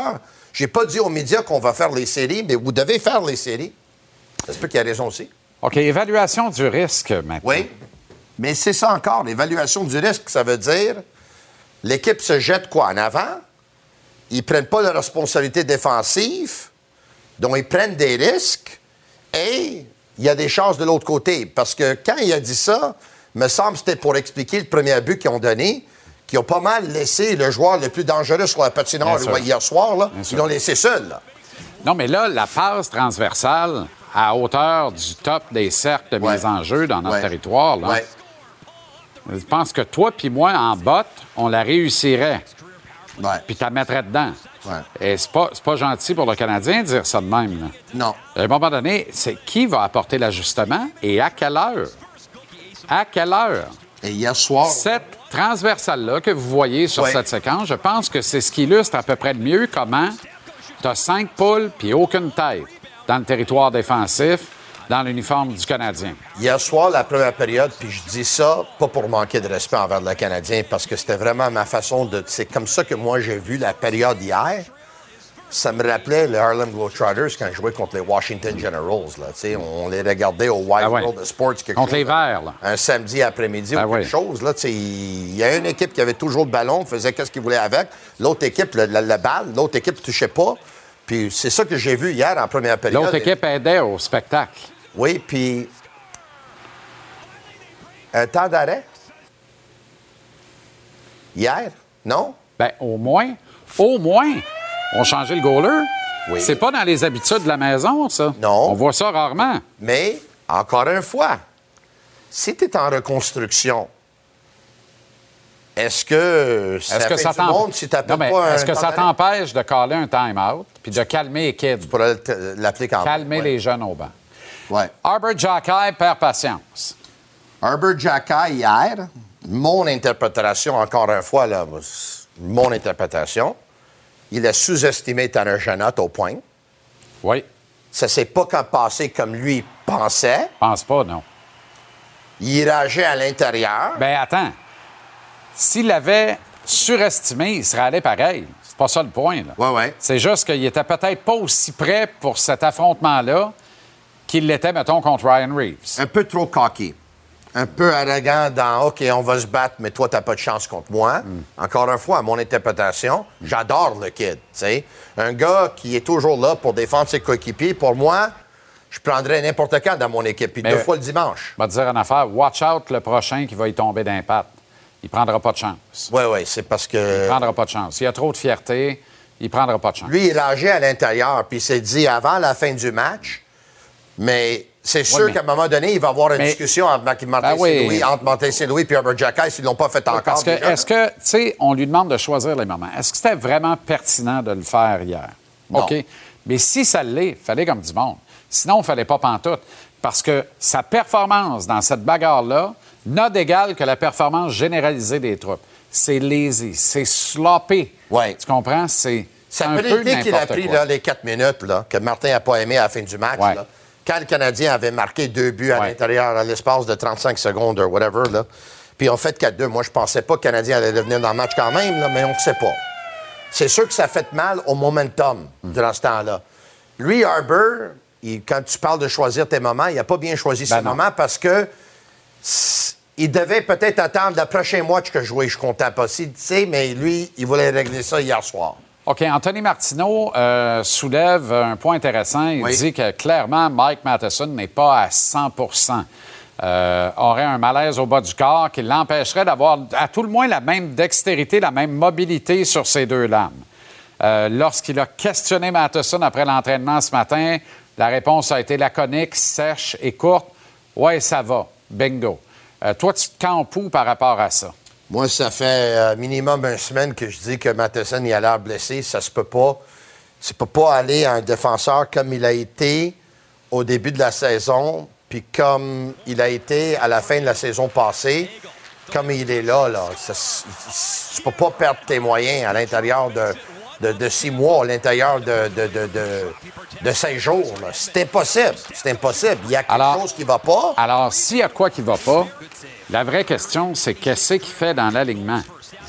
J'ai pas dit aux médias qu'on va faire les séries, mais vous devez faire les séries. Ça se peut qu'il y ait raison aussi. OK, évaluation du risque maintenant. Oui, mais c'est ça encore. L'évaluation du risque, ça veut dire l'équipe se jette quoi? En avant? Ils prennent pas la responsabilité défensive, donc ils prennent des risques et il y a des chances de l'autre côté. Parce que quand il a dit ça, me semble que c'était pour expliquer le premier but qu'ils ont donné, qu'ils ont pas mal laissé le joueur le plus dangereux sur la patinoire hier soir. Là. Ils l'ont laissé seul. Là. Non, mais là, la passe transversale à hauteur du top des cercles de mise ouais. en jeu dans notre ouais. territoire, là, ouais. je pense que toi puis moi, en botte, on la réussirait. Ouais. Puis tu la mettrais dedans. Ouais. Et c'est pas, c'est pas gentil pour le Canadien de dire ça de même. Là. Non. À un moment donné, c'est qui va apporter l'ajustement et à quelle heure? À quelle heure? Et hier soir... Cette transversale-là que vous voyez sur ouais. cette séquence, je pense que c'est ce qui illustre à peu près le mieux comment tu as cinq poules puis aucune tête dans le territoire défensif, dans l'uniforme du Canadien. Hier soir, la première période, puis je dis ça pas pour manquer de respect envers le Canadien, parce que c'était vraiment ma façon de... C'est comme ça que moi, j'ai vu la période hier. Ça me rappelait les Harlem Globetrotters quand je jouais contre les Washington Generals. Là, on les regardait au Wild ah ouais. World of Sports. Contre les Verts. Là. Un samedi après-midi ah ou quelque ouais. chose. Il y a une équipe qui avait toujours le ballon, faisait qu'est-ce qu'il voulait avec. L'autre équipe, le, la, la balle, l'autre équipe ne touchait pas. Puis c'est ça que j'ai vu hier en première période. L'autre équipe aidait au spectacle. Oui, puis un temps d'arrêt? Hier? Non? Bien, au moins, au moins, on changeait le goaler. Oui. C'est pas dans les habitudes de la maison, ça. Non. On voit ça rarement. Mais, encore une fois, si tu es en reconstruction, est-ce que ça est-ce que fait ça du monde si tu n'appelles pas un Est-ce que ça t'empêche de caller un time-out puis de calmer les kids? Tu pourrais l'appeler quand même. Calmer ouais. les jeunes au banc. Ouais. Arber Xhekaj perd patience. Arber Xhekaj, hier, mon interprétation, encore une fois, là, mon interprétation, il a sous-estimé Tanner Jeannot au point. Oui. Ça s'est pas passé comme lui pensait. Pense pas, non. Il rageait à l'intérieur. Ben attends. S'il avait surestimé, il serait allé pareil. C'est pas ça le point, là. Oui, oui. C'est juste qu'il était peut-être pas aussi prêt pour cet affrontement-là qu'il l'était, mettons, contre Ryan Reeves. Un peu trop cocky. Un peu arrogant dans « OK, on va se battre, mais toi, t'as pas de chance contre moi. Mm. » Encore une fois, à mon interprétation, j'adore le kid, tu sais. Un gars qui est toujours là pour défendre ses coéquipiers, pour moi, je prendrais n'importe quand dans mon équipe, puis mais, deux fois le dimanche. Je vais te dire une affaire, watch out le prochain qui va y tomber d'impact. Il prendra pas de chance. Oui, oui, c'est parce que... Il prendra pas de chance. Il a trop de fierté, il prendra pas de chance. Lui, il rageait à l'intérieur, puis il s'est dit avant la fin du match, mais... C'est sûr ouais, mais... qu'à un moment donné, il va y avoir une mais... discussion entre Martin ben oui. Saint-Louis et Arber Xhekaj s'ils ne l'ont pas fait encore. Parce que, déjà. Est-ce que, tu sais, on lui demande de choisir les moments. Est-ce que c'était vraiment pertinent de le faire hier? Non. OK. Mais si ça l'est, il fallait comme du monde. Sinon, il ne fallait pas pantoute. Parce que sa performance dans cette bagarre-là n'a d'égal que la performance généralisée des troupes. C'est lazy, c'est sloppy. Ouais. Tu comprends? C'est. Ça a été qu'il a pris là, les quatre minutes là, que Martin n'a pas aimé à la fin du match. Ouais. Là. Quand le Canadien avait marqué deux buts à ouais. l'intérieur, à l'espace de trente-cinq secondes ou whatever, là, puis on fait quatre deux. Moi, je pensais pas que le Canadien allait devenir dans le match quand même, là, mais on ne sait pas. C'est sûr que ça fait mal au momentum mm. durant ce temps-là. Lui, Arber, il, quand tu parles de choisir tes moments, il n'a pas bien choisi ben ses non. moments parce que il devait peut-être attendre le prochain match que je jouais. Je ne comptais pas si, tu sais, mais lui, il voulait régler ça hier soir. OK. Anthony Martineau euh, soulève un point intéressant. Il oui. dit que clairement, Mike Matheson n'est pas à cent pour cent. Euh, aurait un malaise au bas du corps qui l'empêcherait d'avoir à tout le moins la même dextérité, la même mobilité sur ses deux lames. Euh, lorsqu'il a questionné Matheson après l'entraînement ce matin, la réponse a été laconique, sèche et courte. « Ouais, ça va. Bingo. Euh, » Toi, tu te campes où par rapport à ça? Moi, ça fait euh, minimum une semaine que je dis que Matheson il a l'air blessé. Ça se peut pas. Tu peux pas aller à un défenseur comme il a été au début de la saison, puis comme il a été à la fin de la saison passée, comme il est là. là ça, tu peux pas perdre tes moyens à l'intérieur de, de, de six mois, à l'intérieur de, de, de, de, de cinq jours. Là. C'est impossible. C'est impossible. Il y a quelque alors, chose qui va pas. Alors, s'il y a quoi qui va pas, la vraie question, c'est qu'est-ce qu'il fait dans l'alignement?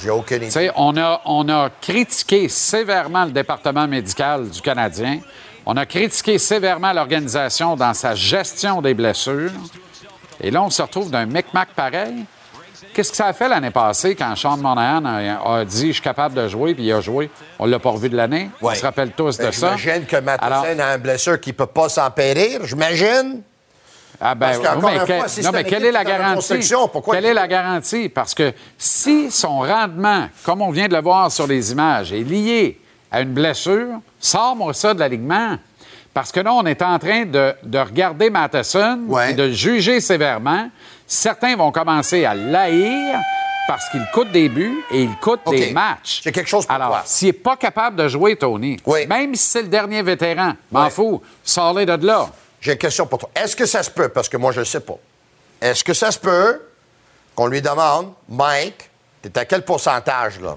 J'ai aucune idée. Tu sais, on a, on a critiqué sévèrement le département médical du Canadien. On a critiqué sévèrement l'organisation dans sa gestion des blessures. Et là, on se retrouve d'un micmac pareil. Qu'est-ce que ça a fait l'année passée quand Sean Monahan a, a dit « Je suis capable de jouer » puis il a joué? On l'a pas revu de l'année. Ouais. On se rappelle tous ben, de ça. J'imagine que Matheson a un blessure qui ne peut pas s'en périr, j'imagine. Ah ben, Parce qu'encore oui, mais, une que, fois, si non, mais quelle est la garantie? Pourquoi quelle il... est la garantie? Parce que si son rendement, comme on vient de le voir sur les images, est lié à une blessure, sors-moi ça de l'alignement. Parce que là, on est en train de, de regarder Matheson ouais. et de le juger sévèrement. Certains vont commencer à l'haïr parce qu'il coûte des buts et il coûte okay. des matchs. J'ai quelque chose pour Alors, toi. s'il n'est pas capable de jouer, Tony, oui. même si c'est le dernier vétéran, m'en ouais. fous, sors-les de là. J'ai une question pour toi. Est-ce que ça se peut, parce que moi, je ne sais pas, est-ce que ça se peut qu'on lui demande, Mike, t'es à quel pourcentage, là?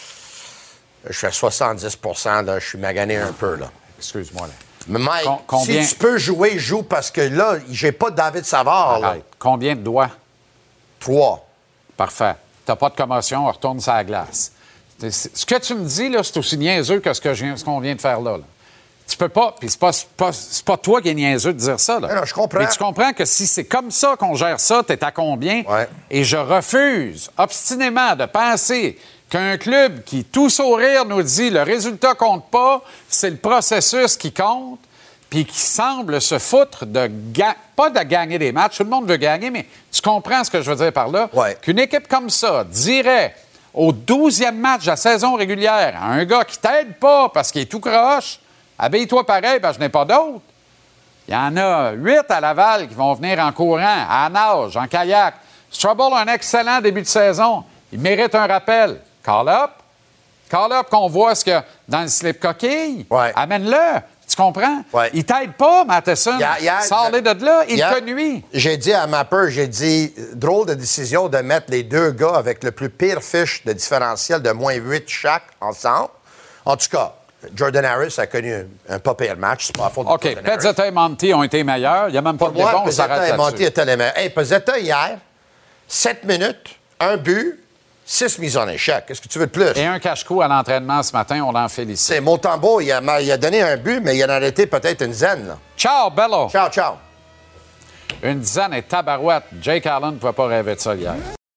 Je suis à soixante-dix pour cent, là, je suis magané un peu, là. Excuse-moi, là. Mais Mike, Com- combien... si tu peux jouer, joue, parce que là, j'ai pas David Savard, là. Arrête. Combien de doigts? Trois. Parfait. T'as pas de commotion, on retourne sur la glace. Ce que tu me dis, là, c'est aussi niaiseux que ce, que je, ce qu'on vient de faire là, là. Tu peux pas, puis c'est pas, c'est pas, c'est pas toi qui es niaiseux de dire ça, là. Non, non, je comprends. Mais tu comprends que si c'est comme ça qu'on gère ça, t'es à combien? Ouais. Et je refuse obstinément de penser qu'un club qui, tout sourire, nous dit le résultat compte pas, c'est le processus qui compte, puis qui semble se foutre de... Ga- pas de gagner des matchs, tout le monde veut gagner, mais tu comprends ce que je veux dire par là? Ouais. Qu'une équipe comme ça dirait au douzième match de la saison régulière à un gars qui t'aide pas parce qu'il est tout croche, habille-toi pareil, ben je n'ai pas d'autre. Il y en a huit à Laval qui vont venir en courant, à nage, en kayak. Struble a un excellent début de saison. Il mérite un rappel. Call up. Call up qu'on voit ce qu'il y a dans le slip coquille. Ouais. Amène-le. Tu comprends? Ouais. Il t'aide pas, Matheson. Sors-les de là, il te nuit. J'ai dit à Mapper, j'ai dit, drôle de décision de mettre les deux gars avec le plus pire fiche de différentiel de moins huit chaque ensemble. En tout cas, Jordan Harris a connu un, un pas pire match. C'est pas la faute de OK, Jordan Harris. Pezzetta et Monty ont été meilleurs. Il n'y a même pas Pour de débat, moi, on s'arrête Pezzetta et là-dessus. Monty étaient les meilleurs. Hey, Pezzetta, hier, sept minutes, un but, six mises en échec. Qu'est-ce que tu veux de plus? Et un cache-cou à l'entraînement ce matin, on l'en félicite. C'est Montembeau, il a, il a donné un but, mais il en a arrêté peut-être une dizaine. Là. Ciao, Bello! Ciao, ciao. Une dizaine et tabarouette. Jake Allen ne pouvait pas rêver de ça hier.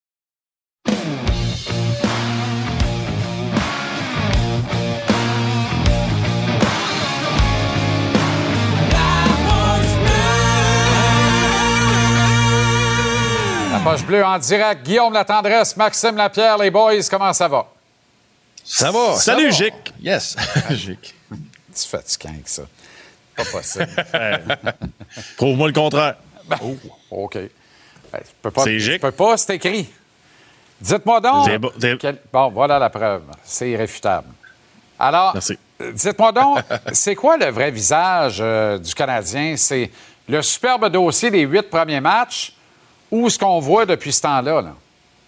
La poche bleue en direct. Guillaume Latendresse, Maxime Lapierre, les boys, comment ça va? Ça va. Salut, Gic. Yes. Gic. Tu fatiguant que ça. Pas possible. Prouve-moi le contraire. Ben, oh, OK. Ben, je peux pas, c'est Gic. Je peux pas, c'est écrit. Dites-moi donc. C'est bon, c'est... Quel... bon, voilà la preuve. C'est irréfutable. Alors, Merci. Dites-moi donc, c'est quoi le vrai visage euh, du Canadien? C'est le superbe dossier des huit premiers matchs ou ce qu'on voit depuis ce temps-là? Là?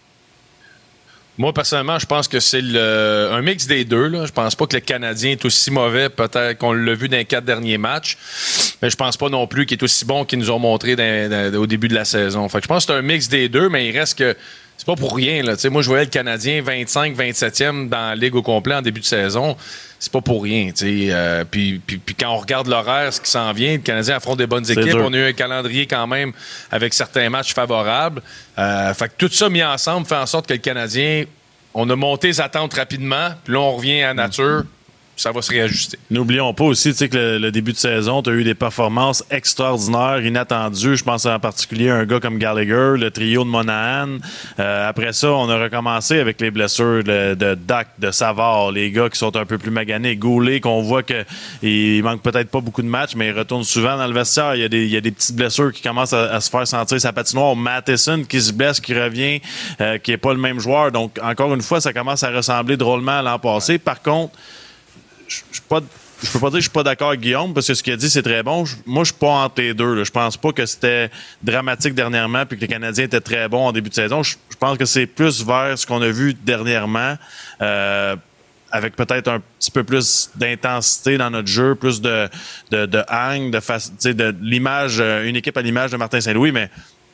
Moi, personnellement, je pense que c'est le, un mix des deux. Là. Je pense pas que le Canadien est aussi mauvais, peut-être qu'on l'a vu dans les quatre derniers matchs, mais je pense pas non plus qu'il est aussi bon qu'ils nous ont montré dans, dans, au début de la saison. Fait que je pense que c'est un mix des deux, mais il reste que c'est pas pour rien. Là. Moi, je voyais le Canadien vingt-cinq vingt-septième dans la Ligue au complet en début de saison. C'est pas pour rien. Euh, puis, puis, puis quand on regarde l'horaire, ce qui s'en vient, le Canadien affronte des bonnes équipes. On a eu un calendrier quand même avec certains matchs favorables. Euh, fait que tout ça mis ensemble fait en sorte que le Canadien, on a monté les attentes rapidement. Puis là, on revient à nature. Ça va se réajuster. N'oublions pas aussi que le, le début de saison, tu as eu des performances extraordinaires, inattendues. Je pense en particulier à un gars comme Gallagher, le trio de Monahan. Euh, après ça, on a recommencé avec les blessures de, de Dak, de Savard, les gars qui sont un peu plus maganés. Goulet, qu'on voit qu'il manque peut-être pas beaucoup de matchs, mais il retourne souvent dans le vestiaire. Il y a des, il y a des petites blessures qui commencent à, à se faire sentir sa patinoire. Matheson qui se blesse, qui revient, euh, qui n'est pas le même joueur. Donc, encore une fois, ça commence à ressembler drôlement à l'an passé. Par contre, Je ne peux pas dire que je suis pas d'accord avec Guillaume parce que ce qu'il a dit, c'est très bon. Je, moi, je suis pas entre les deux. Là. Je pense pas que c'était dramatique dernièrement puis que les Canadiens étaient très bons en début de saison. Je, je pense que c'est plus vers ce qu'on a vu dernièrement, euh, avec peut-être un petit peu plus d'intensité dans notre jeu, plus de, de, de hang, de, face, de l'image, une équipe à l'image de Martin Saint-Louis, mais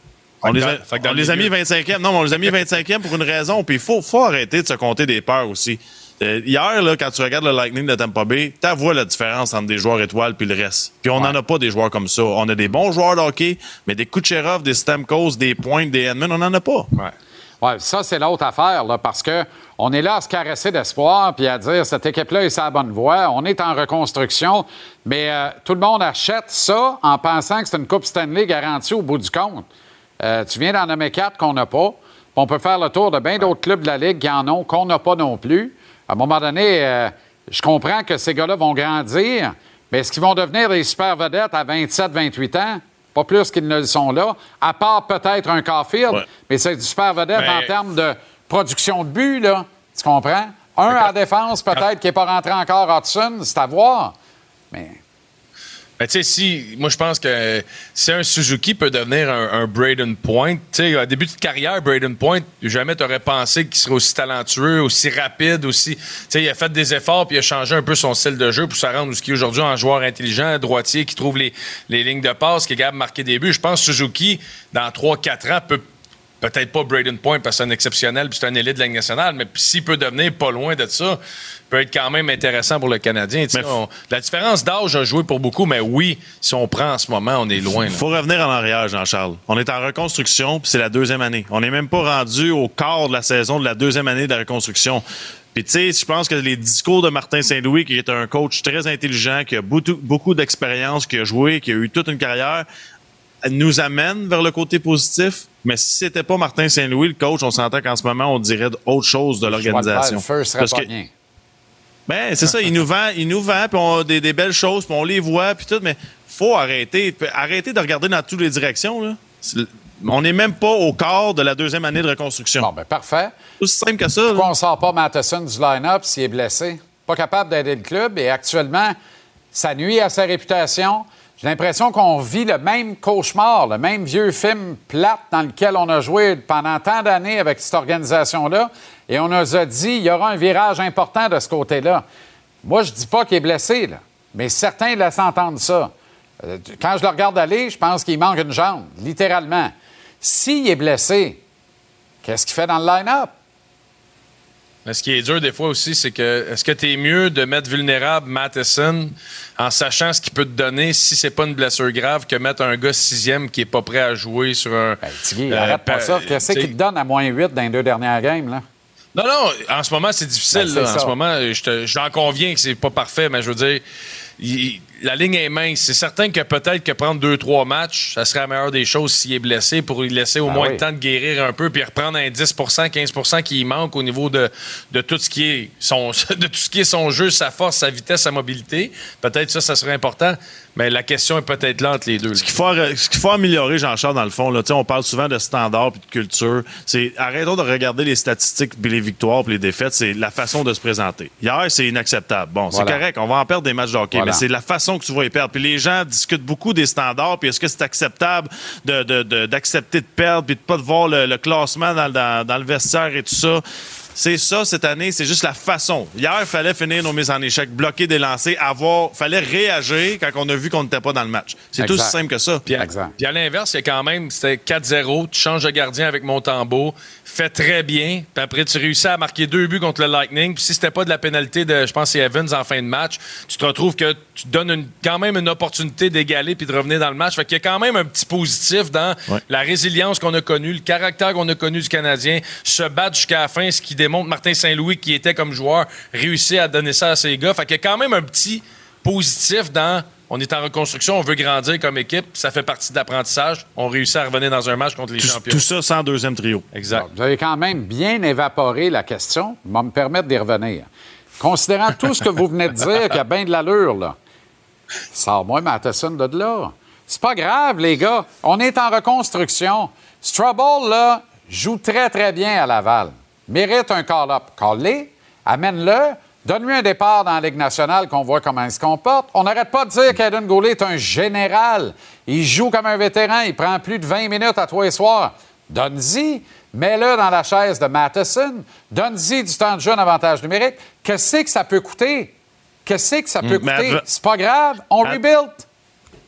On les a, on les a mis vingt-cinquième. Non, mais on les a mis vingt-cinquième pour une raison. Puis il faut, faut arrêter de se compter des peurs aussi. Euh, hier, là, quand tu regardes le Lightning de Tampa Bay, tu vois la différence entre des joueurs étoiles puis le reste. Puis on n'en ouais. a pas des joueurs comme ça. On a des bons joueurs de hockey, mais des Kucherov, des Stamkos, des Pointes, des Edmund, on n'en a pas. Ouais. Ouais, ça, c'est l'autre affaire, là, parce que on est là à se caresser d'espoir puis à dire cette équipe-là est sur la bonne voie. On est en reconstruction, mais euh, tout le monde achète ça en pensant que c'est une Coupe Stanley garantie au bout du compte. Euh, tu viens d'en nommer quatre qu'on n'a pas. On peut faire le tour de bien d'autres clubs de la Ligue qui en ont, qu'on n'a pas non plus. À un moment donné, euh, je comprends que ces gars-là vont grandir, mais est-ce qu'ils vont devenir des super vedettes à vingt-sept vingt-huit ans? Pas plus qu'ils ne le sont là, à part peut-être un Caulfield, ouais. mais c'est du super vedette mais... en termes de production de but, là. Tu comprends? Un à la défense, peut-être, qui n'est pas rentré encore, Hudson, c'est à voir. Mais... Ben, tu sais, si, moi, je pense que si un Suzuki peut devenir un, un Braden Point, tu sais, à début de carrière, Braden Point, jamais tu aurais pensé qu'il serait aussi talentueux, aussi rapide, aussi. Tu sais, il a fait des efforts puis il a changé un peu son style de jeu pour se rendre où ce qui est aujourd'hui en joueur intelligent, droitier, qui trouve les, les lignes de passe, qui est capable de marquer des buts. Je pense que Suzuki, dans trois quatre ans, peut peut-être pas Braden Point parce que c'est un exceptionnel puis c'est un élite de la Ligue nationale, mais s'il peut devenir pas loin de ça, peut être quand même intéressant pour le Canadien. Mais on, la différence d'âge a joué pour beaucoup, mais oui, si on prend en ce moment, on est loin. Il faut revenir en arrière, Jean-Charles. On est en reconstruction puis c'est la deuxième année. On n'est même pas rendu au quart de la saison de la deuxième année de la reconstruction. Puis, tu sais, je pense que les discours de Martin Saint-Louis, qui est un coach très intelligent, qui a beaucoup, beaucoup d'expérience, qui a joué, qui a eu toute une carrière, nous amène vers le côté positif. Mais si c'était pas Martin Saint-Louis, le coach, on s'entend qu'en ce moment, on dirait autre chose de l'organisation. Le feu serait pas bien. Ben, c'est ça, il nous vend, il nous vend, puis on a des, des belles choses, puis on les voit, puis tout, mais faut arrêter, arrêter de regarder dans toutes les directions, là. On n'est même pas au quart de la deuxième année de reconstruction. Bon, ben parfait. C'est aussi simple que ça. Pourquoi on ne sort pas Matheson du line-up s'il est blessé? Pas capable d'aider le club, et actuellement, ça nuit à sa réputation. J'ai l'impression qu'on vit le même cauchemar, le même vieux film plate dans lequel on a joué pendant tant d'années avec cette organisation-là. Et on nous a dit qu'il y aura un virage important de ce côté-là. Moi, je dis pas qu'il est blessé, là, mais certains laissent entendre ça. Quand je le regarde aller, je pense qu'il manque une jambe, littéralement. S'il est blessé, qu'est-ce qu'il fait dans le line-up? Mais ce qui est dur des fois aussi, c'est que est-ce que tu es mieux de mettre vulnérable Matheson en sachant ce qu'il peut te donner si c'est pas une blessure grave que mettre un gars sixième qui est pas prêt à jouer sur un... Ben, Tigui, euh, arrête pas ça. Qu'est-ce qu'il te donne à moins huit dans les deux dernières games, là? Non, non, en ce moment, c'est difficile. Ben, c'est là. En ce moment, je te, j'en conviens que c'est pas parfait, mais je veux dire, il, la ligne est mince. C'est certain que peut-être que prendre deux, trois matchs, ça serait la meilleure des choses s'il est blessé pour lui laisser au ben moins oui. le temps de guérir un peu puis reprendre un dix pour cent, quinze pour cent qui manque au niveau de, de, tout ce qui est son, de tout ce qui est son jeu, sa force, sa vitesse, sa mobilité. Peut-être ça, ça serait important. Mais la question est peut-être là entre les deux. Là. Ce qu'il faut, ce qu'il faut améliorer, Jean-Charles, dans le fond, là, on parle souvent de standards et de culture. C'est, arrêtons de regarder les statistiques, puis les victoires, puis les défaites. C'est la façon de se présenter. Hier, c'est inacceptable. Bon, voilà. C'est correct, on va en perdre des matchs de hockey, voilà. mais c'est la façon que tu vas les perdre. Puis les gens discutent beaucoup des standards, puis est-ce que c'est acceptable de, de, de, d'accepter de perdre, puis de pas de voir le, le classement dans, dans, dans le vestiaire et tout ça. C'est ça, cette année, c'est juste la façon. Hier, il fallait finir nos mises en échec, bloquer des lancers, avoir... fallait réagir quand on a vu qu'on n'était pas dans le match. C'est exact. Tout aussi simple que ça. Puis à, puis à l'inverse, il y a quand même, c'était quatre zéro, tu changes de gardien avec Montembeault, fais très bien, puis après, tu réussis à marquer deux buts contre le Lightning, puis si c'était pas de la pénalité de, je pense, c'est Evans en fin de match, tu te retrouves que tu donnes une, quand même une opportunité d'égaler puis de revenir dans le match. Fait qu'il y a quand même un petit positif dans ouais. la résilience qu'on a connue, le caractère qu'on a connu du Canadien, se battre jusqu'à la fin, ce qui démontre Martin Saint-Louis, qui était comme joueur, réussit à donner ça à ses gars. Fait qu'il y a quand même un petit positif dans... On est en reconstruction, on veut grandir comme équipe, ça fait partie de l'apprentissage. On réussit à revenir dans un match contre les tout, champions. Tout ça sans deuxième trio. Exact. Vous avez quand même bien évaporé la question. Je vais me permettre d'y revenir. Considérant tout ce que vous venez de dire, qu'il y a bien de l'allure, là. Sors-moi Matheson de là. C'est pas grave, les gars. On est en reconstruction. Struble, là, joue très, très bien à Laval. Mérite un call-up. Call-les, amène-le, donne-lui un départ dans la Ligue nationale qu'on voit comment il se comporte. On n'arrête pas de dire qu'Aiden Goulet est un général. Il joue comme un vétéran, il prend plus de vingt minutes à tous les soirs. Donne-y, mets-le dans la chaise de Matheson, donne-y du temps de jeu en avantage numérique. Qu'est-ce que ça peut coûter? Qu'est-ce que ça peut mmh, coûter? Adv- C'est pas grave, on Ad- rebuild.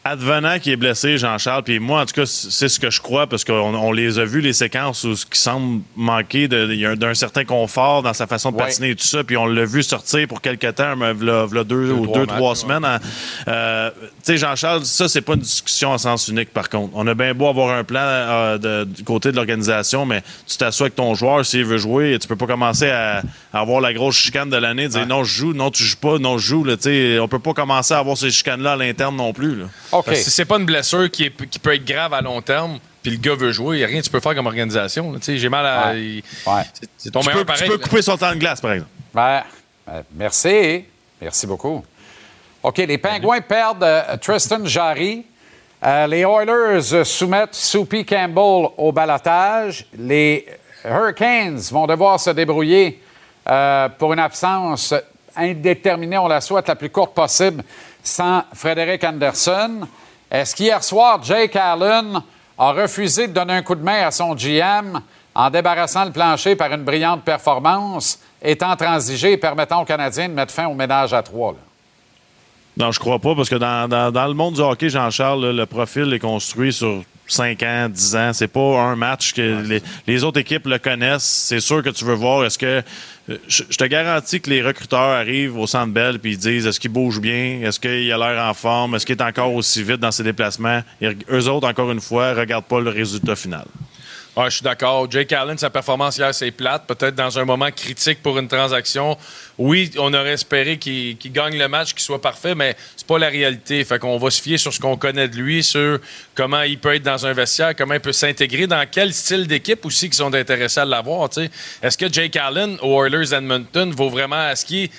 advenant qui est blessé, Jean-Charles, puis moi, en tout cas, c'est ce que je crois, parce qu'on on les a vus, les séquences où ce qui semble manquer de, y a d'un certain confort dans sa façon de ouais. patiner et tout ça, puis on l'a vu sortir pour quelque temps, mais v'là, v'là deux, deux ou deux, trois matchs, semaines. Ouais. Euh, tu sais, Jean-Charles, ça, c'est pas une discussion en sens unique, par contre. On a bien beau avoir un plan euh, de, du côté de l'organisation, mais tu t'assois avec ton joueur, s'il veut jouer, tu peux pas commencer à, à avoir la grosse chicane de l'année, dire ouais. non, je joue, non, tu joues pas, non, je joue. Là, on peut pas commencer à avoir ces chicanes-là à l'interne non plus. Là. Okay. Si c'est pas une blessure qui, est, qui peut être grave à long terme, puis le gars veut jouer, il n'y a rien que tu peux faire comme organisation. Là. J'ai mal à. Ouais. Il, ouais. C'est, c'est ton tu meilleur peux, pareil. Tu peux couper là. son temps de glace, par exemple. Ben, ben, merci. Merci beaucoup. OK, les Pingouins perdent euh, Tristan Jarry. Euh, les Oilers soumettent Soupy Campbell au ballottage. Les Hurricanes vont devoir se débrouiller euh, pour une absence indéterminée, on la souhaite la plus courte possible, sans Frédéric Anderson. Est-ce qu'hier soir, Jake Allen a refusé de donner un coup de main à son G M en débarrassant le plancher par une brillante performance, étant transigé et permettant aux Canadiens de mettre fin au ménage à trois? Là? Non, je crois pas, parce que dans, dans, dans le monde du hockey, Jean-Charles, là, le profil est construit sur cinq ans, dix ans. C'est pas un match que les, les autres équipes le connaissent. C'est sûr que tu veux voir, est-ce que... Je, je te garantis que les recruteurs arrivent au Centre Bell et ils disent, est-ce qu'il bouge bien? Est-ce qu'il a l'air en forme? Est-ce qu'il est encore aussi vite dans ses déplacements? Et eux autres, encore une fois, ne regardent pas le résultat final. Ouais, je suis d'accord. Jake Allen, sa performance hier, c'est plate. Peut-être dans un moment critique pour une transaction. Oui, on aurait espéré qu'il, qu'il gagne le match, qu'il soit parfait, mais c'est pas la réalité. Fait qu'on va se fier sur ce qu'on connaît de lui, sur comment il peut être dans un vestiaire, comment il peut s'intégrer, dans quel style d'équipe aussi qui sont intéressés à l'avoir. T'sais. Est-ce que Jake Allen au Oilers Edmonton vaut vraiment... Est-ce qu'il est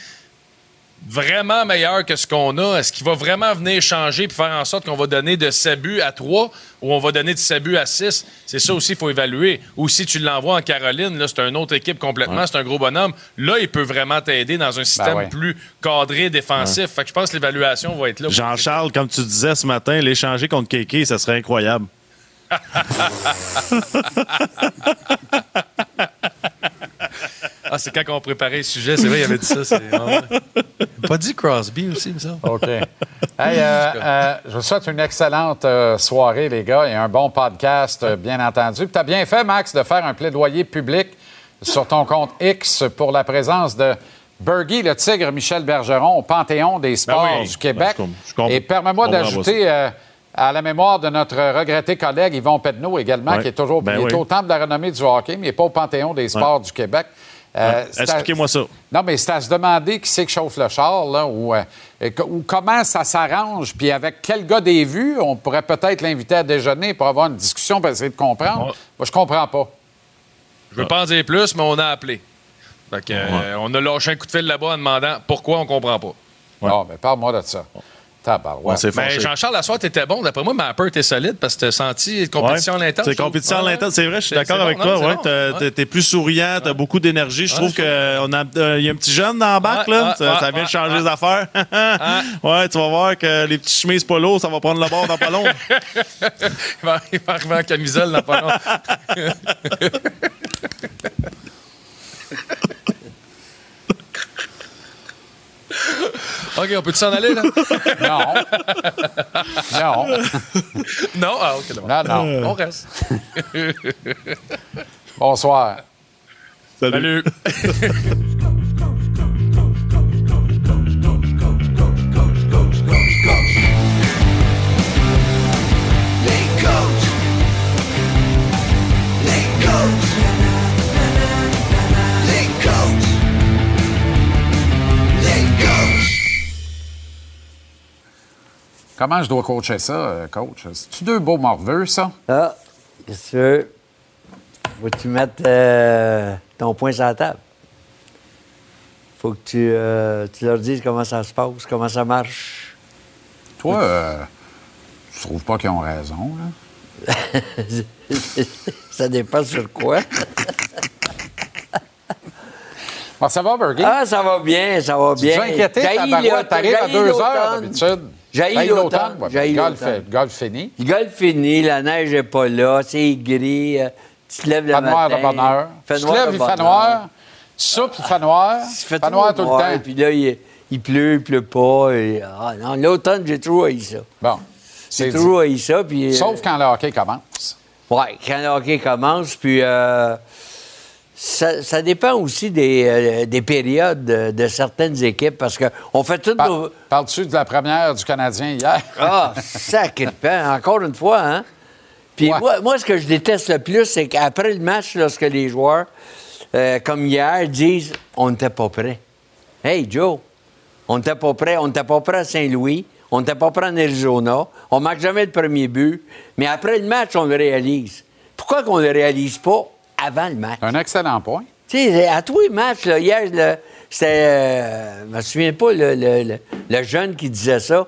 vraiment meilleur que ce qu'on a? Est-ce qu'il va vraiment venir changer et faire en sorte qu'on va donner de sept buts à trois ou on va donner de sept buts à six? C'est ça aussi qu'il faut évaluer. Ou si tu l'envoies en Caroline, là, c'est une autre équipe complètement, ouais. c'est un gros bonhomme. Là, il peut vraiment t'aider dans un système ben ouais. plus cadré, défensif. Ouais. Fait que je pense que l'évaluation va être là. Jean-Charles, comme tu disais ce matin, l'échanger contre Kéké, ça serait incroyable. Ah, c'est quand on préparait le sujet, c'est vrai, il avait dit ça. C'est... Pas dit Crosby aussi, ça. OK. Hey, euh, euh, je vous souhaite une excellente euh, soirée, les gars, et un bon podcast, euh, bien entendu. Tu as bien fait, Max, de faire un plaidoyer public sur ton compte X pour la présence de Bergie, le tigre Michel Bergeron, au Panthéon des sports ben oui. du Québec. Ben, je com- je et permets-moi d'ajouter... Euh, à la mémoire de notre regretté collègue Yvon Pedneau également, ouais. qui est toujours ben il oui. est au Temple de la renommée du hockey, mais il n'est pas au Panthéon des sports ouais. du Québec. Euh, ouais. Expliquez-moi à... ça. Non, mais c'est à se demander qui c'est qui chauffe le char, là, ou, euh, ou comment ça s'arrange, puis avec quel gars des vues, on pourrait peut-être l'inviter à déjeuner pour avoir une discussion pour essayer de comprendre. Ouais. Moi, je comprends pas. Je veux ouais. pas en dire plus, mais on a appelé. Fait que, ouais. euh, on a lâché un coup de fil là-bas en demandant pourquoi on comprend pas. Ouais. Non, mais parle-moi de ça. Ouais. Mais Jean-Charles, la soirée, t'étais bon. D'après moi, Mapper était solide parce que t'as senti compétition ouais. à l'interne. C'est compétition à l'interne, c'est vrai, je suis d'accord c'est avec bon, toi. Non, ouais. Bon. T'es, t'es plus souriant, t'as ouais. beaucoup d'énergie. Je ouais, trouve qu'il euh, y a un petit jeune dans le bac, ouais, là. Ouais, ça, ouais, ça vient ouais, de changer ouais. les affaires. Ouais, tu vas voir que les petits chemises polo, ça va prendre le bord dans pas long. il, va, il va arriver en camisole dans pas long. OK, on peut-tu s'en aller, là? Non. Non. Non? Ah, OK, non, non. On reste. Bonsoir. Salut. Salut. Comment je dois coacher ça, coach? C'est-tu deux beaux morveux, ça? Ah, qu'est-ce que tu veux? Faut que tu mettes euh, ton poing sur la table. Faut que tu, euh, tu leur dises comment ça se passe, comment ça marche. Toi, euh, tu trouves pas qu'ils ont raison, là? Ça dépend sur quoi. Bon, ça va, Bergie? Ah, ça va bien, ça va bien. Tu es inquiété, t'arrives à deux heures d'habitude. J'ai l'automne. J'ai l'automne. Golf fini. Golf fini, la neige n'est pas là, c'est gris. Tu te lèves le matin. Fait noir de bonne heure. Tu te lèves, il fait noir. Tu soupes, il fait noir. Il fait noir tout le temps. Puis là, il, il pleut, il pleut pas. Et... Ah non, l'automne, j'ai trop haï ça. Bon. J'ai toujours haï ça. Puis, Sauf quand le hockey commence. Oui, quand le hockey commence, puis euh, ça, ça dépend aussi des, euh, des périodes de, de certaines équipes, parce qu'on fait tout... Par, nos... Parles-tu de la première du Canadien hier? Ah, sacré-pan, encore une fois, hein? Puis ouais. moi, moi, ce que je déteste le plus, c'est qu'après le match, lorsque les joueurs, euh, comme hier, disent « on n'était pas prêt ». Hey, Joe, on n'était pas prêt, on n'était pas prêt à Saint-Louis, on n'était pas prêt en Arizona, on ne marque jamais le premier but, mais après le match, on le réalise. Pourquoi qu'on ne le réalise pas avant le match? Un excellent point. Tu sais, à tous les matchs, là, hier, là, c'était... Euh, je me souviens pas, le, le, le, le jeune qui disait ça,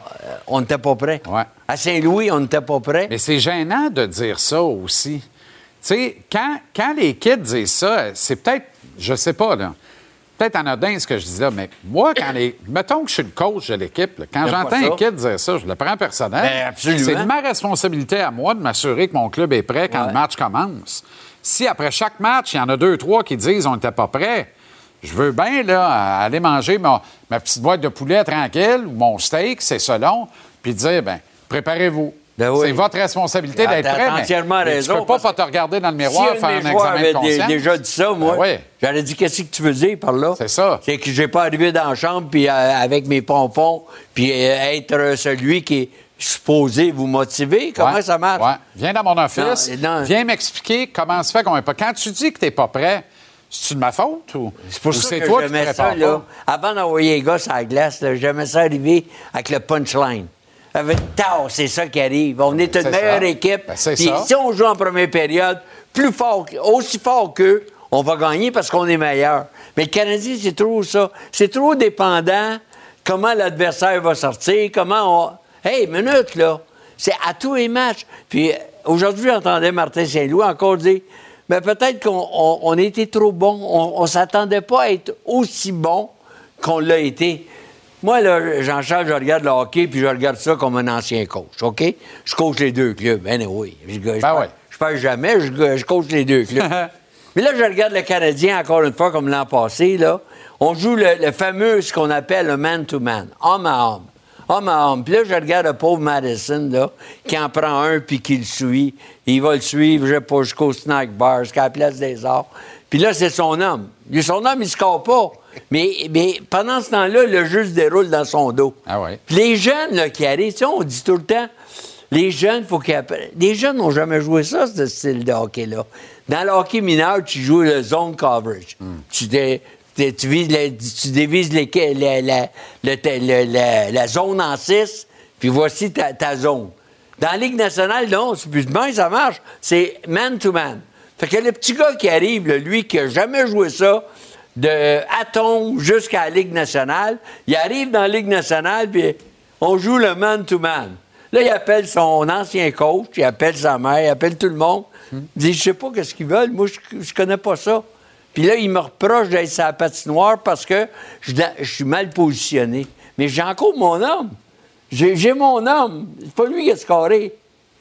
on n'était pas prêt. Ouais. À Saint-Louis, on n'était pas prêt. Mais c'est gênant de dire ça aussi. Tu sais, quand, quand les kids disent ça, c'est peut-être, je sais pas, là, peut-être anodin ce que je dis là, mais moi, quand les. Mettons que je suis le coach de l'équipe, là, quand j'entends un kid dire ça, je le prends personnel. Ben, absolument. C'est ma responsabilité à moi de m'assurer que mon club est prêt quand ouais. le match commence. Si après chaque match, il y en a deux, trois qui disent on n'était pas prêt, je veux bien là, aller manger ma, ma petite boîte de poulet tranquille ou mon steak, c'est selon, puis dire ben préparez-vous. Ben oui. C'est votre responsabilité Ben, d'être prêt. t'as entièrement mais, raison. Mais tu peux pas, pas te regarder dans le miroir si faire un, un examen de conscience. Dé, déjà dit ça, moi. Ben oui. J'aurais dit qu'est-ce que tu veux dire par là. C'est ça. C'est que j'ai pas arrivé dans la chambre puis euh, avec mes pompons puis euh, être euh, celui qui est supposé vous motiver. Comment ouais. ça marche? Ouais. Viens dans mon office. Non, non. Viens m'expliquer comment se fait qu'on n'est pas. Quand tu dis que tu n'es pas prêt, c'est-tu de ma faute ou c'est pour ou ça c'est que toi j'aimais qui te ça, prépares là. Avant d'envoyer les gars sur la glace, là, j'aimais ça arriver avec le punchline. Avec tard, c'est ça qui arrive. On est une c'est meilleure ça. équipe. Ben, c'est Puis ça. si on joue en première période, plus fort, aussi fort qu'eux, on va gagner parce qu'on est meilleur. Mais le Canadien, c'est trop ça. C'est trop dépendant comment l'adversaire va sortir, comment on... Hey, minute, là! C'est à tous les matchs. Puis aujourd'hui, j'entendais Martin Saint-Louis encore dire, mais peut-être qu'on on, on a été trop bon. On ne s'attendait pas à être aussi bon qu'on l'a été. Moi, là, Jean-Charles, je regarde le hockey, puis je regarde ça comme un ancien coach, OK? Je coach les deux clubs. Ben oui. Je, je, ben je, oui. je perds jamais, je, je coach les deux clubs. Mais là, je regarde le Canadien, encore une fois, comme l'an passé, là. On joue le, le fameux, ce qu'on appelle le man-to-man, homme à homme. Homme à homme. Puis là, je regarde le pauvre Madison, là, qui en prend un, puis qui le suit. Il va le suivre, je sais pas, jusqu'au snack bar, jusqu'à la place des arts. Puis là, c'est son homme. Lui, son homme, il se score pas. Mais, mais pendant ce temps-là, le jeu se déroule dans son dos. Ah ouais. Puis les jeunes là, qui arrivent, tu sais, on dit tout le temps, les jeunes, il faut qu'ils apprennent. Les jeunes n'ont jamais joué ça, ce style de hockey-là. Dans le hockey mineur, tu joues le zone coverage. Mm. Tu, dé, tu, tu, vises les, tu dévises les, la, la, la, la, la, la zone en six, puis voici ta, ta zone. Dans la Ligue nationale, non, c'est plus bien, ça marche. C'est man-to-man. Fait que le petit gars qui arrive, là, lui, qui n'a jamais joué ça, de Atom jusqu'à la Ligue nationale, il arrive dans la Ligue nationale, puis on joue le man-to-man. Là, il appelle son ancien coach, il appelle sa mère, il appelle tout le monde. Il dit, je sais pas qu'est-ce qu'ils veulent, moi, je, je connais pas ça. Puis là, il me reproche d'être sur la patinoire parce que je, je suis mal positionné. Mais j'ai encore mon homme. J'ai, j'ai mon homme. C'est pas lui qui a scoré.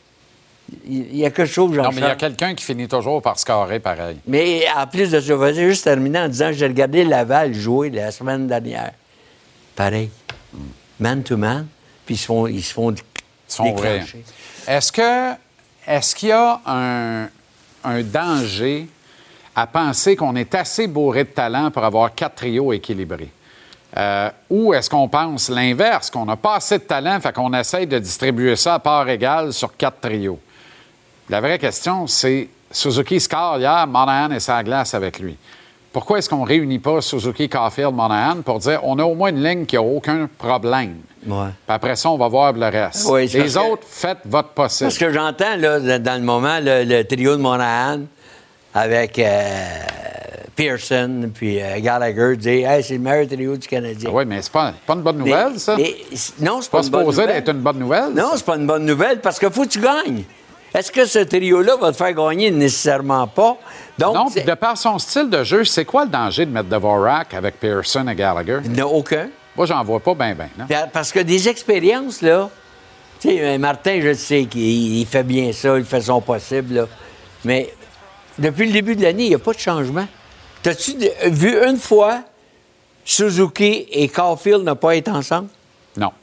Il y a quelque chose, Jean-Charles. Non, mais il y a quelqu'un qui finit toujours par scorer pareil. Mais en plus de ça, je vais juste terminer en disant que j'ai regardé Laval jouer la semaine dernière. Pareil. Mm. Man-to-man. Puis ils se font, ils se font, ils se font déclencher. Est-ce que est-ce qu'il y a un, un danger à penser qu'on est assez bourré de talent pour avoir quatre trios équilibrés? Euh, ou est-ce qu'on pense l'inverse, qu'on n'a pas assez de talent, fait qu'on essaye de distribuer ça à part égale sur quatre trios? La vraie question, c'est Suzuki score hier, Monahan est sur la glace avec lui. Pourquoi est-ce qu'on ne réunit pas Suzuki, Caulfield, Monahan pour dire on a au moins une ligne qui n'a aucun problème? Ouais. Puis après ça, on va voir le reste. Oui, les autres, que, faites votre possible. Parce que j'entends, là, dans le moment, le, le trio de Monahan avec euh, Pearson puis euh, Gallagher dire hey, c'est le meilleur trio du Canadien. Ah oui, mais c'est pas, pas une bonne nouvelle, mais, ça? Mais, non, c'est pas, pas une bonne nouvelle. supposé d'être une bonne nouvelle? Non, ça? c'est pas une bonne nouvelle parce qu'il faut que tu gagnes. Est-ce que ce trio-là va te faire gagner? Nécessairement pas. Donc, non, de par son style de jeu, c'est quoi le danger de mettre Dvorak avec Pearson et Gallagher? Il n'y en a aucun. Moi, j'en vois pas bien, bien. Parce que des expériences, là, tu sais, Martin, je sais qu'il il fait bien ça, il fait son possible, là. Mais depuis le début de l'année, il n'y a pas de changement. T'as-tu vu une fois Suzuki et Caulfield ne pas être ensemble? Non.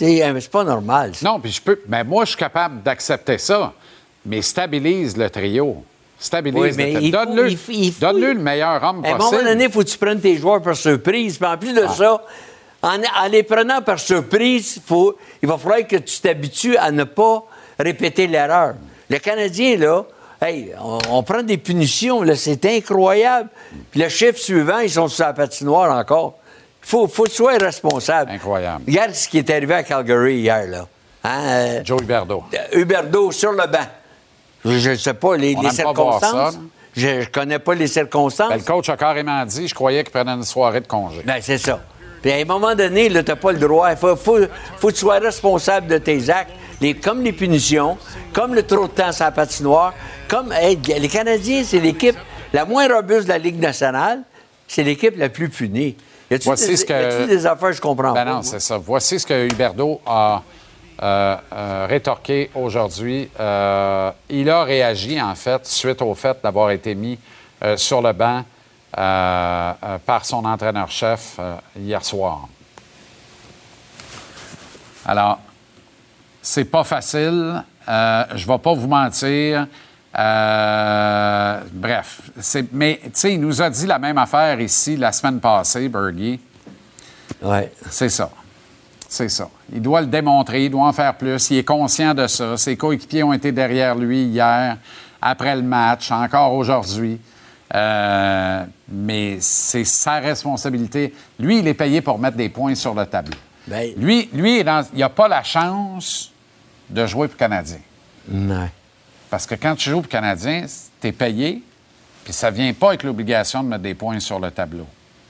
C'est pas normal. Ça. Non, puis je peux. Mais moi, je suis capable d'accepter ça. Mais stabilise le trio. Stabilise oui, le mais trio. Donne-le il faut, il faut, donne-le le meilleur homme à possible. À un moment donné, il faut que tu prennes tes joueurs par surprise. Puis en plus de ah. ça, en, en les prenant par surprise, faut, il va falloir que tu t'habitues à ne pas répéter l'erreur. Le Canadien, là, hey, on, on prend des punitions, là, c'est incroyable. Puis le chiffre suivant, ils sont sur la patinoire encore. Il faut, faut que tu sois responsable. Incroyable. Regarde ce qui est arrivé à Calgary hier, là. Hein, euh, Joe Huberdeau. Huberdeau sur le banc. Je ne sais pas les, les circonstances. Je ne connais pas les circonstances. Ben, le coach a carrément dit, je croyais qu'il prenait une soirée de congé. Ben, c'est ça. Puis à un moment donné, tu n'as pas le droit. Il faut, faut, faut que tu sois responsable de tes actes. Les, comme les punitions, comme le trop de temps sur la patinoire, comme hey, les Canadiens, c'est l'équipe la moins robuste de la Ligue nationale. C'est l'équipe la plus punie. Y a-t-il des, ce que... des affaires que je comprends ben pas? Non, c'est ça. Voici ce que Huberdeau a euh, euh, rétorqué aujourd'hui. Euh, il a réagi, en fait, suite au fait d'avoir été mis euh, sur le banc euh, euh, par son entraîneur-chef euh, hier soir. Alors, c'est pas facile. Euh, je vais pas vous mentir. Euh, bref. C'est, mais, tu sais, il nous a dit la même affaire ici la semaine passée, Bergie. Oui. C'est ça. C'est ça. Il doit le démontrer, il doit en faire plus. Il est conscient de ça. Ses coéquipiers ont été derrière lui hier, après le match, encore aujourd'hui. Euh, mais c'est sa responsabilité. Lui, il est payé pour mettre des points sur le tableau. Bien, lui, lui il n'a pas la chance de jouer pour le Canadien. Non. Parce que quand tu joues pour le Canadien, tu es payé, puis ça ne vient pas avec l'obligation de mettre des points sur le tableau.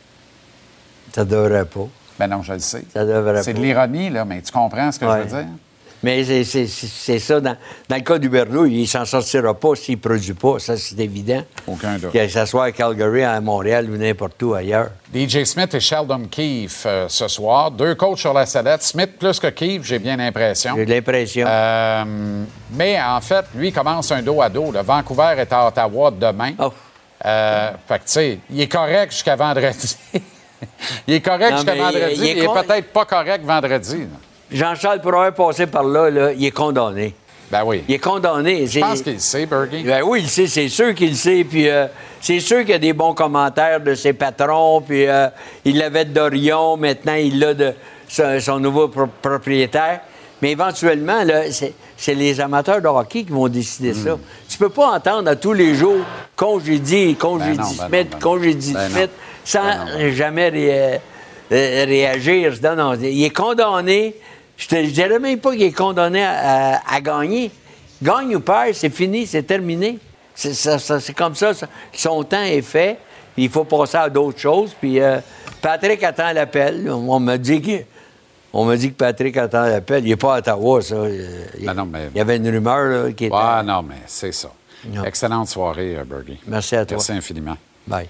Ça devrait pas. Ben non, je le sais. Ça devrait c'est pas. de l'ironie, là, mais tu comprends ce que ouais. je veux dire? Mais c'est, c'est, c'est ça. Dans, dans le cas d'Huberdeau, il ne s'en sortira pas s'il ne produit pas. Ça, c'est évident. Aucun doute. Que ce soit à Calgary, à Montréal ou n'importe où ailleurs. D J Smith et Sheldon Keefe euh, ce soir. Deux coachs sur la sellette. Smith plus que Keefe, j'ai bien l'impression. J'ai l'impression. Euh, mais en fait, lui, il commence un dos à dos. Le Vancouver est à Ottawa demain. Oh. Euh, fait que, tu sais, il est correct jusqu'à vendredi. il est correct non, jusqu'à vendredi. Il est, il est con... peut-être pas correct vendredi. Là. Jean-Charles, pour avoir passé par là, là, il est condamné. Ben oui. Il est condamné. Je pense qu'il le sait, Bergie. Ben oui, il le sait. C'est sûr qu'il le sait. Puis euh, c'est sûr qu'il y a des bons commentaires de ses patrons. Puis euh, il l'avait de Dorion. Maintenant, il l'a de son, son nouveau pro- propriétaire. Mais éventuellement, là, c'est, c'est les amateurs de hockey qui vont décider mm. ça. Tu peux pas entendre à tous les jours congédie, congédie ben non, ben Smith, ben congédie ben Smith, sans ben non, ben jamais ré, ré, réagir. Non, non, il est condamné. Je te je dirais même pas qu'il est condamné à, à, à gagner. Gagne ou perd, c'est fini, c'est terminé. C'est, ça, ça, c'est comme ça, ça. Son temps est fait. Il faut passer à d'autres choses. Puis euh, Patrick attend l'appel. On, on m'a dit que on m'a dit que Patrick attend l'appel. Il n'est pas à Ottawa, ça. Il, ben non, mais... il y avait une rumeur là, qui était... Ah non, mais c'est ça. Non. Excellente soirée, Bergie. Merci à toi. Merci infiniment. Bye.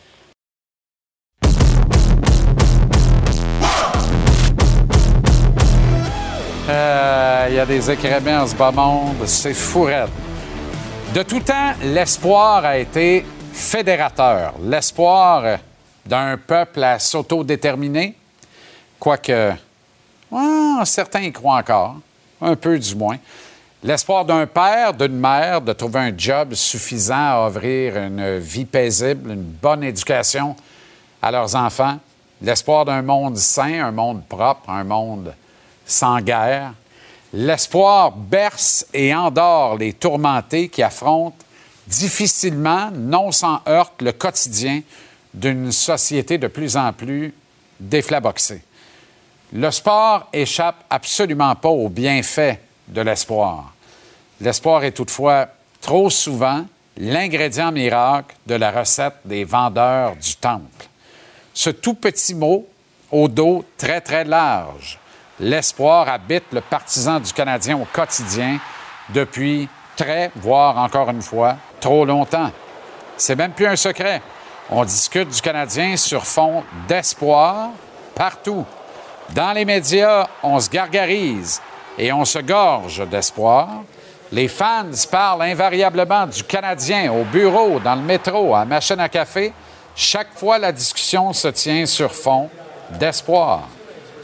Il euh, y a des écrémés en ce bas monde, c'est fou raide. De tout temps, l'espoir a été fédérateur. L'espoir d'un peuple à s'autodéterminer. Quoique, oh, certains y croient encore, un peu du moins. L'espoir d'un père, d'une mère, de trouver un job suffisant à offrir une vie paisible, une bonne éducation à leurs enfants. L'espoir d'un monde sain, un monde propre, un monde sans guerre. L'espoir berce et endort les tourmentés qui affrontent difficilement, non sans heurte, le quotidien d'une société de plus en plus déflaboxée. Le sport échappe absolument pas aux bienfaits de l'espoir. L'espoir est toutefois trop souvent l'ingrédient miracle de la recette des vendeurs du temple. Ce tout petit mot au dos très, très large. L'espoir habite le partisan du Canadien au quotidien depuis très, voire encore une fois, trop longtemps. C'est même plus un secret. On discute du Canadien sur fond d'espoir partout. Dans les médias, on se gargarise et on se gorge d'espoir. Les fans parlent invariablement du Canadien au bureau, dans le métro, à la machine à café. Chaque fois, la discussion se tient sur fond d'espoir.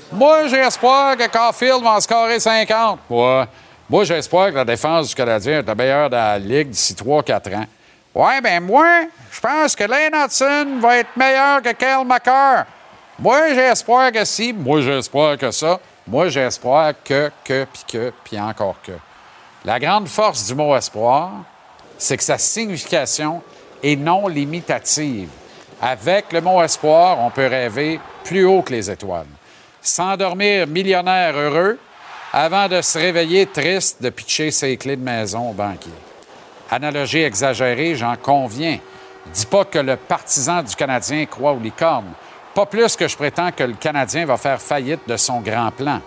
Moi, j'ai espoir que Caulfield va en scorer cinquante. Ouais. Moi, j'ai espoir que la défense du Canadien est la meilleure dans la Ligue d'ici trois quatre ans. Ouais, ben moi, je pense que Lane Hudson va être meilleur que Cale Makar. Moi, j'ai espoir que si. Moi, j'ai espoir que ça. Moi, j'ai espoir que, que, puis que, puis encore que. La grande force du mot espoir, c'est que sa signification est non limitative. Avec le mot espoir, on peut rêver plus haut que les étoiles. S'endormir millionnaire heureux avant de se réveiller triste de pitcher ses clés de maison au banquier. Analogie exagérée, j'en conviens. Dis pas que le partisan du Canadien croit aux licornes. Pas plus que je prétends que le Canadien va faire faillite de son grand plan.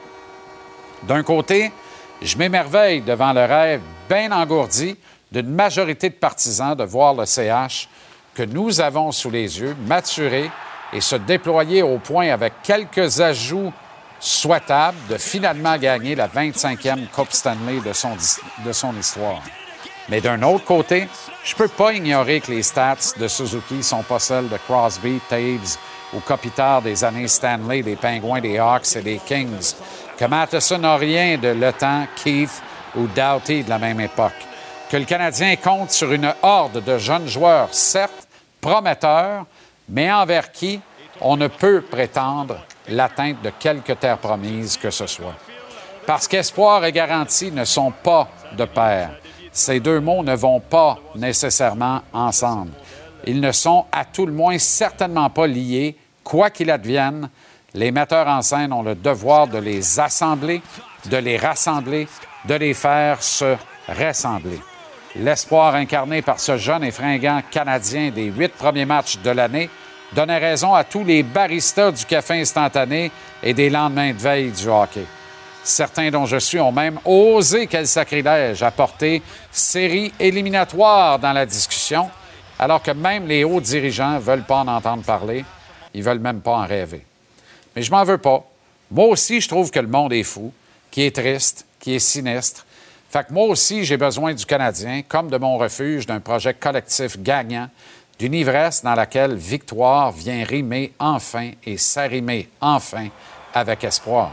D'un côté, je m'émerveille devant le rêve bien engourdi d'une majorité de partisans de voir le C H que nous avons sous les yeux maturer et se déployer au point avec quelques ajouts souhaitables de finalement gagner la vingt-cinquième Coupe Stanley de son, de son histoire. Mais d'un autre côté, je peux pas ignorer que les stats de Suzuki sont pas celles de Crosby, Taves ou Kopitar des années Stanley, des Pingouins, des Hawks et des Kings, que Matheson n'a rien de Le Temps, Keith ou Doughty de la même époque, que le Canadien compte sur une horde de jeunes joueurs, certes prometteurs, mais envers qui on ne peut prétendre l'atteinte de quelque terre promise que ce soit. Parce qu'espoir et garantie ne sont pas de pair. Ces deux mots ne vont pas nécessairement ensemble. Ils ne sont à tout le moins certainement pas liés. Quoi qu'il advienne, les metteurs en scène ont le devoir de les assembler, de les rassembler, de les faire se rassembler. L'espoir incarné par ce jeune et fringant Canadien des huit premiers matchs de l'année donnait raison à tous les baristas du café instantané et des lendemains de veille du hockey. Certains dont je suis ont même osé, quel sacrilège, apporter série éliminatoire dans la discussion, alors que même les hauts dirigeants ne veulent pas en entendre parler, ils veulent même pas en rêver. Mais je m'en veux pas. Moi aussi, je trouve que le monde est fou, qui est triste, qui est sinistre. Fait que moi aussi, j'ai besoin du Canadien, comme de mon refuge d'un projet collectif gagnant, d'une ivresse dans laquelle victoire vient rimer enfin et s'arrimer enfin avec espoir.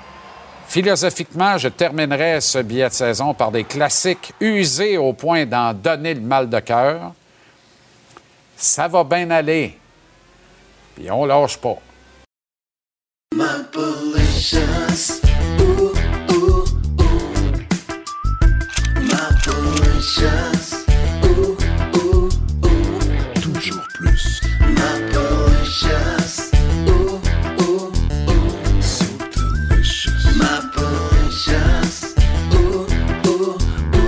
Philosophiquement, je terminerai ce billet de saison par des classiques usés au point d'en donner le mal de cœur. Ça va bien aller. Puis on lâche pas. Mapolicious, ooh, ooh, ooh. Mapolicious, ooh, ooh, ooh. Toujours plus. Mapolicious, ooh, ooh, ooh. So delicious. Mapolicious, ooh, ooh,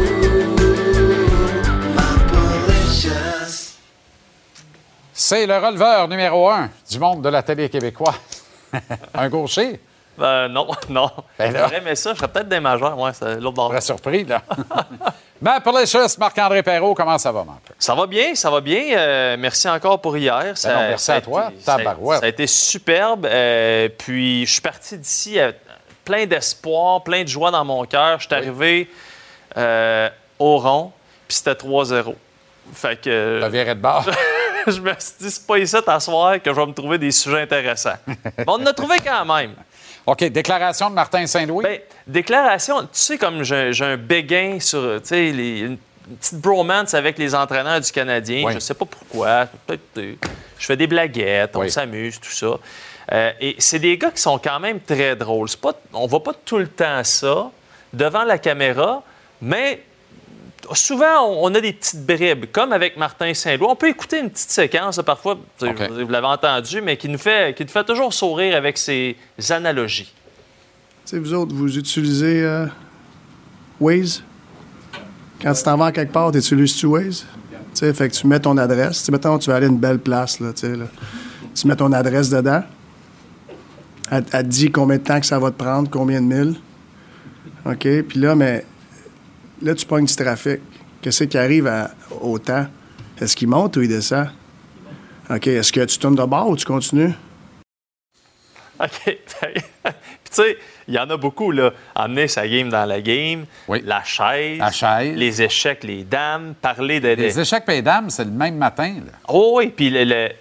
ooh. Mapolicious. C'est le releveur numéro un du monde de la télé québécoise. Un gaucher? Euh, non, non. Ben là. J'aurais aimé ça. Je serais peut-être des majeurs. Ouais, c'est l'autre bord. Très surpris, là. Mapolicious, Marc-André Perrault, comment ça va, Marc? Ça va bien, ça va bien. Euh, merci encore pour hier. Ça, Ben non, merci ça a à toi. été- ça, a, Tabarouette. ça a été superbe. Euh, puis, je suis parti d'ici avec plein d'espoir, plein de joie dans mon cœur. Je suis arrivé euh, au rond, puis c'était trois zéro. Fait que... La virée de bord. Je me suis dit, c'est pas ici, t'asseoir, que je vais me trouver des sujets intéressants. Mais on en a trouvé quand même. OK, déclaration de Martin Saint-Louis. Bien, déclaration, tu sais, comme j'ai j'ai un béguin sur, tu sais, les- une petite bromance avec les entraîneurs du Canadien. Oui. Je sais pas pourquoi. Peut-être euh, je fais des blaguettes, on Oui. s'amuse, tout ça. Euh, et c'est des gars qui sont quand même très drôles. C'est pas, on voit pas tout le temps ça devant la caméra, mais souvent, on on a des petites bribes, comme avec Martin Saint-Louis. On peut écouter une petite séquence, là, parfois, tu sais, OK. vous l'avez entendu, mais qui nous, fait, qui nous fait toujours sourire avec ses analogies. Tu sais, vous autres, vous utilisez euh, Waze? Quand tu t'en vas quelque part, tu utilises-tu Waze? Tu sais, fait que tu mets ton adresse. Tu sais, mettons, tu vas aller à une belle place, là, tu sais, là. Tu mets ton adresse dedans. Elle, elle te dit combien de temps que ça va te prendre, combien de milles. OK? Puis là, mais... Là, tu pognes du trafic. Qu'est-ce qui arrive à- au temps? Est-ce qu'il monte ou il descend? OK. Est-ce que tu tournes de bord ou tu continues? OK. Puis, tu sais, il y en a beaucoup, là. Amener sa game dans la game, la chaise, La chaise. les échecs, les dames, parler de... Les échecs et les dames, c'est le même matin, là. Oh oui, puis le- le-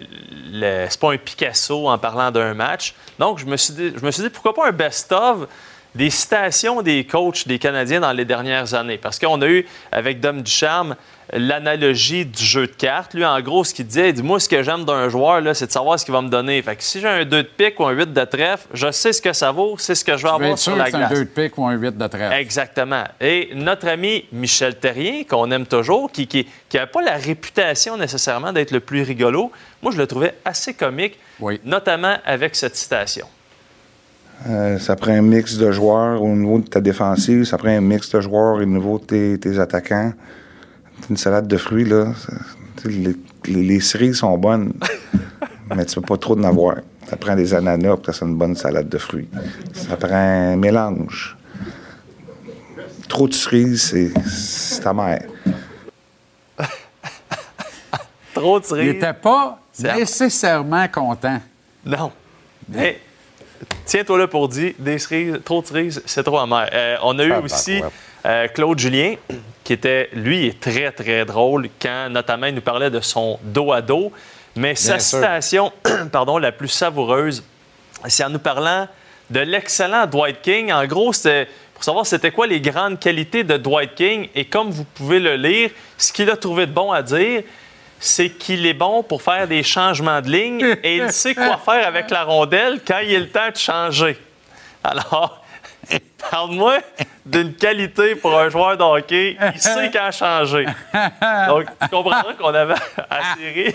le, c'est pas un Picasso en parlant d'un match. Donc, je me suis dit, je me suis dit pourquoi pas un best-of des citations des coachs des Canadiens dans les dernières années. Parce qu'on a eu, avec Dom Ducharme, l'analogie du jeu de cartes. Lui, en gros, ce qu'il disait, il dit « Moi, ce que j'aime d'un joueur, là, c'est de savoir ce qu'il va me donner. Fait que si j'ai un deux de pique ou un huit de treffe, je sais ce que ça vaut, c'est ce que je vais tu avoir sur la glace. glace. » un deux de pique ou un huit de treffe. Exactement. Et notre ami Michel Terrien, qu'on aime toujours, qui n'avait qui, qui pas la réputation nécessairement d'être le plus rigolo, moi, je le trouvais assez comique, oui. notamment avec cette citation. Euh, ça prend un mix de joueurs au niveau de ta défensive, ça prend un mix de joueurs au niveau de tes, tes attaquants. Une salade de fruits, là, ça, les, les, les cerises sont bonnes, mais tu peux pas trop en avoir. Ça prend des ananas pour que ça soit une bonne salade de fruits. Ça prend un mélange. Trop de cerises, c'est, c'est ta mère. Trop de cerises. Il n'était pas nécessairement content. Non. Mais tiens-toi là pour dire, des cerises, trop de cerises, c'est trop amer. Euh, on a eu Ah, aussi ben, euh, Claude Julien, qui était, lui, est très, très drôle quand, notamment, il nous parlait de son dos à dos. Mais sa Bien sûr. citation pardon, la plus savoureuse, c'est en nous parlant de l'excellent Dwight King. En gros, c'était pour savoir c'était quoi les grandes qualités de Dwight King. Et comme vous pouvez le lire, ce qu'il a trouvé de bon à dire, c'est qu'il est bon pour faire des changements de ligne et il sait quoi faire avec la rondelle quand il est le temps de changer. Alors, parle-moi d'une qualité pour un joueur de hockey. Il sait quand changer. Donc, tu comprendras qu'on avait à série.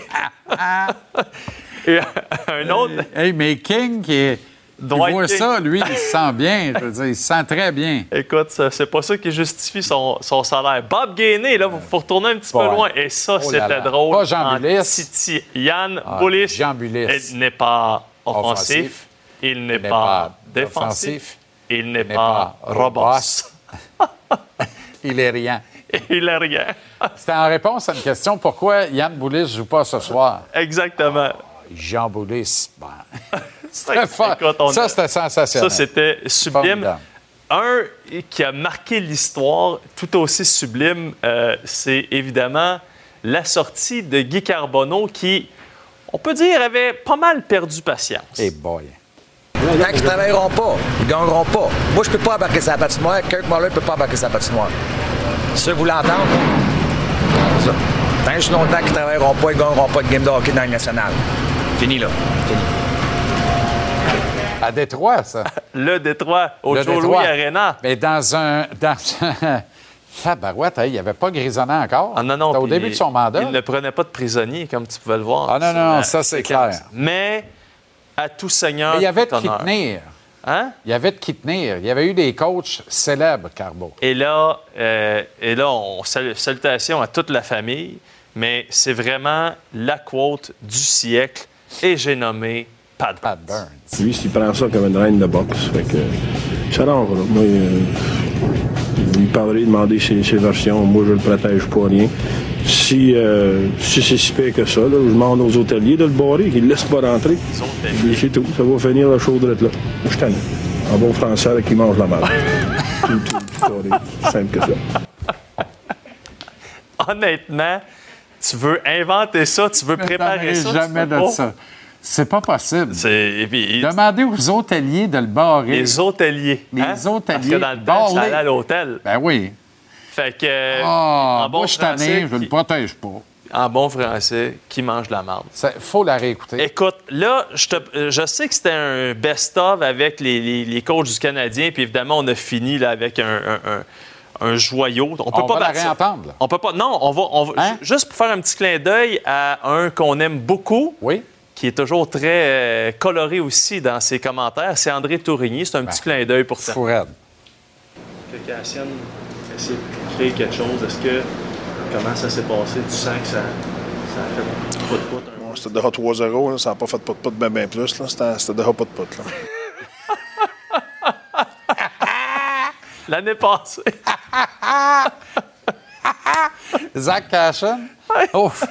Et un autre... Hey, mais King, qui est... il voit King. ça, lui, il se sent bien. Je veux dire, il se sent très bien. Écoute, ça, c'est pas ça qui justifie son, son salaire. Bob Gainey, là, il faut retourner un petit Ouais. peu loin. Et ça, Oh c'était là là. drôle. Pas Jean En Bullis. Titi. Yann Ah, Bullis. Jean Bullis. Il n'est pas offensif. Offensif. Il n'est Il n'est pas, pas défensif. offensif. Il n'est Il n'est pas, pas robuste. Il est rien. Il est rien. C'était en réponse à une question pourquoi Yann Boulis ne joue pas ce soir. Exactement. Jean Boulis, ben. C'était fort. Ça, c'était sensationnel. Ça, c'était sublime. Formidable. Un qui a marqué l'histoire tout aussi sublime, euh, c'est évidemment la sortie de Guy Carbonneau qui, on peut dire, avait pas mal perdu patience. Hey boy. Tant qu'ils ne travailleront pas, ils ne gagneront pas. Moi, je ne peux pas embarquer sa patinoire. Kirk Muller ne peut pas embarquer sa patinoire. C'est ça que vous voulez entendre? C'est ça. Tant que longtemps qu'ils ne travailleront pas, ils ne gagneront pas de game de hockey dans la Ligue nationale. Fini, là. Fini. À Détroit, ça. Le Détroit, au Le Joe Détroit. Louis Arena. Mais dans un... Dans un... Tabarouette, hey, il n'y avait pas grisonnant encore. Ah non, non. C'était au puis début de son mandat. Il ne prenait pas de prisonniers, comme tu pouvais le voir. Ah non, sur non, la ça, c'est séquence. clair. Mais à tout seigneur, Mais il y avait de tout qui honneur. tenir. Hein? Il y avait de qui tenir. Il y avait eu des coachs célèbres, Carbo. Et là, euh, et là on salue, salutations à toute la famille, mais c'est vraiment la quote du siècle, et j'ai nommé Pat, Pat Burns. Lui, il prend ça comme une reine de boxe. Fait que, ça rend, là. Moi, euh, il parlerait, demander ses, ses versions. Moi, je le protège pas rien. Si, euh, si c'est si pire que ça, là, je demande aux hôteliers de le barrer, qu'ils ne le laissent pas rentrer. Et c'est tout. Ça va finir la chaudrette là. Je suis tanné. En bon français, avec qui mange la merde. tout, tout, tout, tout, simple que ça. Honnêtement, tu veux inventer ça, tu veux préparer ça. jamais tu veux de pas. ça. C'est pas possible. C'est... et puis, Demandez aux hôteliers de le barrer. Les hôteliers. Les hein? hôteliers. Parce que dans le temps, ça barrez. allait à l'hôtel. Ben oui. Fait que... Ah, en bon moi, je suis tanné, français, je ne qui- le protège pas. En bon français, qui mange de la marde. Il faut la réécouter. Écoute, là, je, te- je sais que c'était un best-of avec les, les- les coachs du Canadien, puis évidemment, on a fini là, avec un, un- un- un joyau. On peut On pas va la battre ça. réentendre, là. On peut pas. Non, on va. On va Hein? ju- Juste pour faire un petit clin d'œil à un qu'on aime beaucoup. Oui. Qui est toujours très euh, coloré aussi dans ses commentaires, c'est André Tourigny. C'est un petit clin d'œil pour ça. Fourette. Que Cassian essaie de créer quelque chose, est-ce que comment ça s'est passé? Tu sens que ça, ça a fait pout-pout? un- Bon, c'était déjà trois zéro, là, ça n'a pas fait pout-pout bien ben plus. là. C'était c'était déjà pout-pout. là. L'année passée. Zach Cashin? Ouf!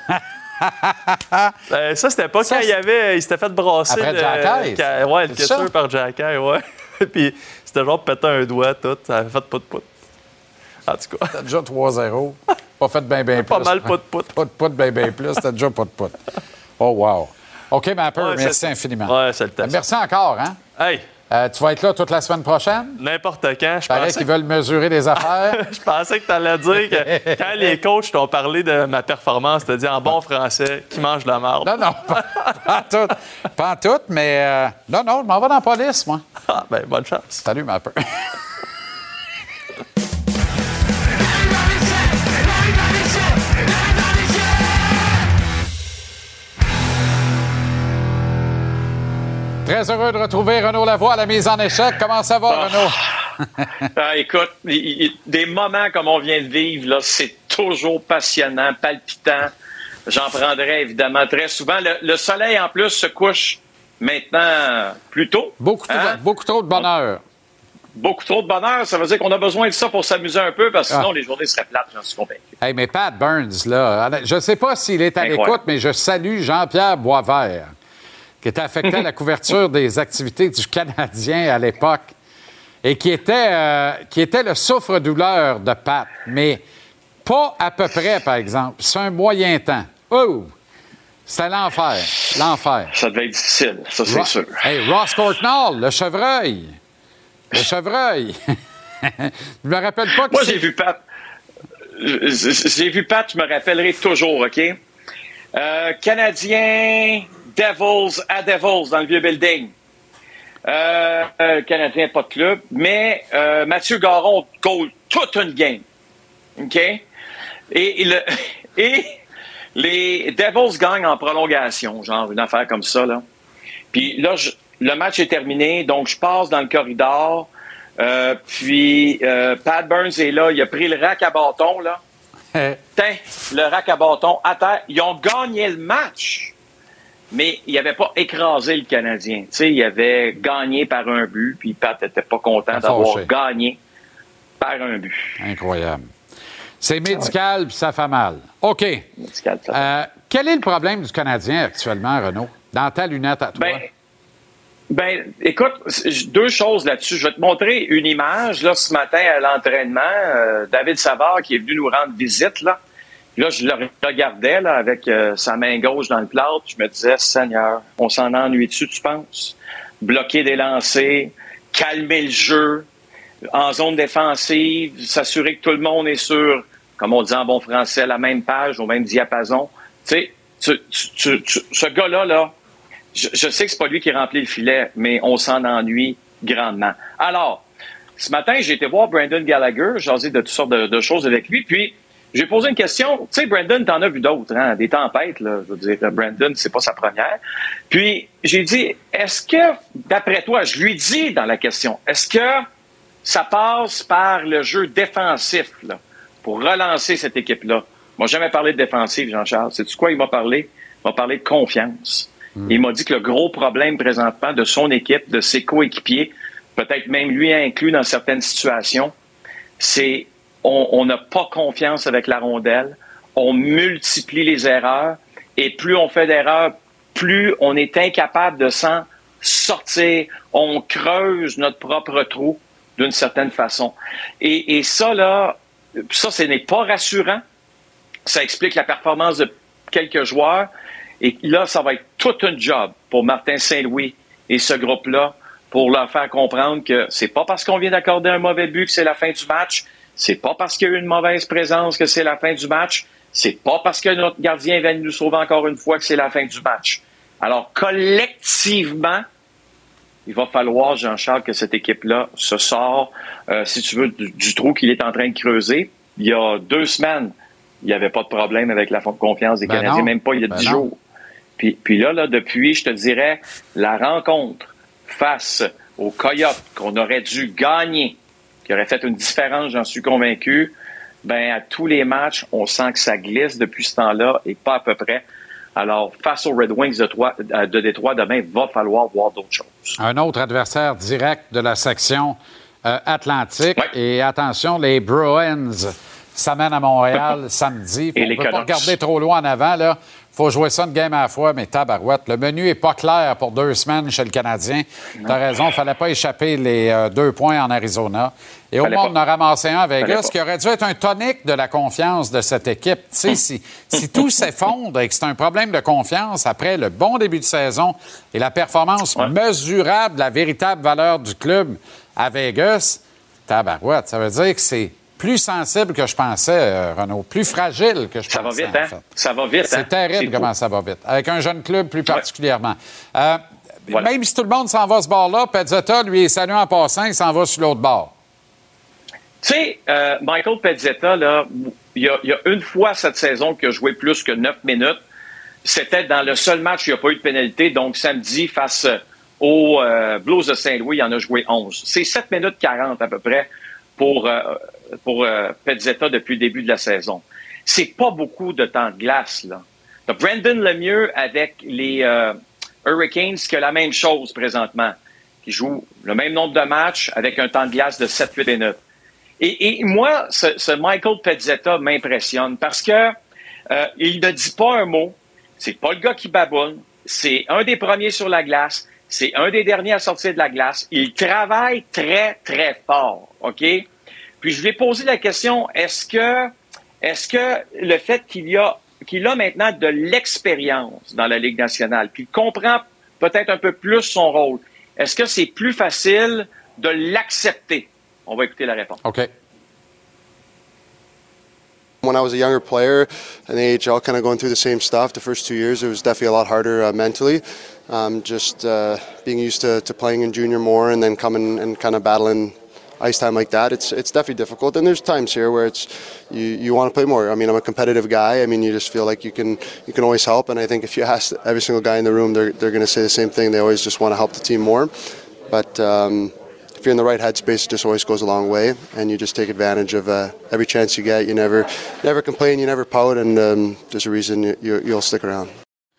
Euh, ça, c'était pas Ça, quand il y avait. Il s'était fait brasser. Après le- Jack Hayes. ca- Ouais, le C'est ça? casseur par Jack Hayes, ouais. Puis c'était genre péter un doigt, tout. Ça avait fait pout-pout. En tout cas. C'était déjà trois zéro. Pas fait bien, bien plus. Pas mal pout-pout. Pout-pout, bien, bien plus. C'était déjà pout-pout. Oh, wow. OK, Mapper, Ouais, merci c'est- infiniment. Ouais, c'est le temps. Merci encore, hein? Hey! Euh, tu vas être là toute la semaine prochaine? N'importe quand. Je Paraît pensais... qu'ils veulent mesurer les affaires. Je pensais que tu allais dire que quand les coachs t'ont parlé de ma performance, tu as dit en bon français qui mange de la marde. Non, non, pas, pas en tout. Pas en tout, mais euh, non, non, je m'en vais dans la police, moi. Ah, ben, bonne chance. Salut, Mapper. Très heureux de retrouver Renaud Lavoie à la mise en échec. Comment ça va, Ah. Renaud? Ah, écoute, il- il- des moments comme on vient de vivre, là, c'est toujours passionnant, palpitant. J'en prendrai évidemment très souvent. Le, le soleil, en plus, se couche maintenant plus tôt. Beaucoup, Hein? beaucoup trop de bonheur. Beaucoup trop de bonheur. Ça veut dire qu'on a besoin de ça pour s'amuser un peu, parce que sinon, Ah. les journées seraient plates, j'en suis convaincu. Hey, mais Pat Burns, là, je ne sais pas s'il est à Incroyable. l'écoute, mais je salue Jean-Pierre Boisvert, qui était affecté à la couverture des activités du Canadien à l'époque et qui était, euh, qui était le souffre-douleur de Pat, mais pas à peu près, par exemple. C'est un moyen temps. Oh! C'était l'enfer. L'enfer. Ça devait être difficile, ça, c'est Ro- sûr. Hey, Ross Courtnall, le chevreuil. Le chevreuil. Je me rappelle pas que Moi, c'est- j'ai vu Pat. J'ai vu Pat, je me rappellerai toujours, OK? Euh, Canadien, Devils à Devils dans le vieux building. Euh, euh, Canadien, pas de club. Mais euh, Mathieu Garon goal toute une game. OK? Et, et le, et les Devils gagnent en prolongation, genre une affaire comme ça, là. Puis là, je- le match est terminé, donc je passe dans le corridor. Euh, puis euh, Pat Burns est là, il a pris le rack à bâton, là. Tiens, le rack à bâton à terre. Ils ont gagné le match, mais ils n'avaient pas écrasé le Canadien. Tu sais, ils avaient gagné par un but, puis Pat n'était pas content Pas d'avoir fâché. gagné par un but. Incroyable. C'est médical, puis ça fait mal. OK. Médical, ça fait Euh, quel est le problème du Canadien actuellement, Renaud? Dans ta lunette à toi? Ben, Ben, écoute, j- deux choses là-dessus. Je vais te montrer une image, là, ce matin à l'entraînement. Euh, David Savard qui est venu nous rendre visite, là. Là, je le regardais, là, avec euh, sa main gauche dans le plâtre. Je me disais, Seigneur, on s'en ennuie dessus, tu penses? Bloquer des lancers, calmer le jeu, en zone défensive, s'assurer que tout le monde est sur, comme on dit en bon français, la même page, au même diapason. Tu sais, tu- tu- tu- tu- ce gars-là, là, je, je sais que c'est pas lui qui remplit le filet, mais on s'en ennuie grandement. Alors, ce matin, j'ai été voir Brendan Gallagher, j'ai jasé de toutes sortes de, de choses avec lui, puis j'ai posé une question. Tu sais, Brendan, t'en as vu d'autres, hein, des tempêtes, là, je veux dire, Brendan, c'est pas sa première. Puis, j'ai dit, est-ce que, d'après toi, je lui dis dans la question, est-ce que ça passe par le jeu défensif, là, pour relancer cette équipe-là? Il m'a jamais parlé de défensive, Jean-Charles. Sais-tu quoi il m'a parlé? Il m'a parlé de confiance. Il m'a dit que le gros problème présentement de son équipe, de ses coéquipiers, peut-être même lui inclus dans certaines situations, c'est on on n'a pas confiance avec la rondelle, on multiplie les erreurs, et plus on fait d'erreurs, plus on est incapable de s'en sortir. On creuse notre propre trou d'une certaine façon. Et, et ça, là, ça, ce n'est pas rassurant. Ça explique la performance de quelques joueurs. Et là, ça va être tout un job pour Martin Saint-Louis et ce groupe-là pour leur faire comprendre que c'est pas parce qu'on vient d'accorder un mauvais but que c'est la fin du match. C'est pas parce qu'il y a eu une mauvaise présence que c'est la fin du match. C'est pas parce que notre gardien vient de nous sauver encore une fois que c'est la fin du match. Alors, collectivement, il va falloir, Jean-Charles, que cette équipe-là se sort, euh, si tu veux, du, du trou qu'il est en train de creuser. Il y a deux semaines, il n'y avait pas de problème avec la confiance des Ben Canadiens, non. même pas il y a Ben dix non. jours. Puis, puis là, là, depuis, je te dirais, la rencontre face aux Coyotes qu'on aurait dû gagner, qui aurait fait une différence, j'en suis convaincu, ben à tous les matchs, on sent que ça glisse depuis ce temps-là et pas à peu près. Alors, face aux Red Wings de, Trois- de Détroit, demain, il va falloir voir d'autres choses. Un autre adversaire direct de la section euh, Atlantique. Et attention, les Bruins s'amènent à Montréal samedi. Et On les ne peut pas Canucks. regarder trop loin en avant. Il faut jouer ça une game à la fois, mais tabarouette. Le menu est pas clair pour deux semaines chez le Canadien. Tu as raison, il ne fallait pas échapper les euh, deux points en Arizona. Et au moins, on en a ramassé un à Vegas, qui aurait dû être un tonique de la confiance de cette équipe. Tu sais, si, si tout s'effondre et que c'est un problème de confiance après le bon début de saison et la performance ouais. mesurable, la véritable valeur du club à Vegas, tabarouette, ça veut dire que c'est plus sensible que je pensais, euh, Renaud. Plus fragile que je ça pensais, va vite, hein? en fait. Ça va vite, C'est hein? terrible C'est comment fou. ça va vite. Avec un jeune club plus particulièrement. Ouais. Euh, voilà. Même si tout le monde s'en va ce bord-là, Pezzetta, lui, est salué en passant, il s'en va sur l'autre bord. Tu sais, euh, Michael Pezzetta, là, il y, a, il y a une fois cette saison qu'il a joué plus que neuf minutes. C'était dans le seul match où il n'y a pas eu de pénalité. Donc, samedi, face aux euh, Blues de Saint-Louis, il en a joué onze. C'est sept minutes quarante à peu près pour, euh, pour euh, Pezzetta depuis le début de la saison. C'est pas beaucoup de temps de glace, là. T'as Brandon Lemieux avec les euh, Hurricanes qui a la même chose présentement, qui joue le même nombre de matchs avec un temps de glace de sept huit minutes. Et, et moi, ce, ce Michael Pezzetta m'impressionne parce que euh, il ne dit pas un mot. C'est pas le gars qui baboune. C'est un des premiers sur la glace. C'est un des derniers à sortir de la glace. Il travaille très, très fort. OK? Puis je lui ai posé la question, est-ce que, est-ce que le fait qu'il y a, qu'il a maintenant de l'expérience dans la Ligue nationale, qu'il comprend peut-être un peu plus son rôle, est-ce que c'est plus facile de l'accepter? On va écouter la réponse. OK. When I was a younger player in the A H L, kind of going through the same stuff, the first two years, it was definitely a lot harder uh, mentally. Um, just uh, being used to, to playing in junior more and then coming and kind of battling ice time like that, it's it's definitely difficult. And there's times here where it's you, you want to play more. I mean, I'm a competitive guy. I mean, you just feel like you can you can always help. And I think if you ask every single guy in the room, they're they're going to say the same thing. They always just want to help the team more. But um, if you're in the right headspace, it just always goes a long way, and you just take advantage of uh, every chance you get. You never never complain, you never pout, and um, there's a reason you, you, you'll stick around.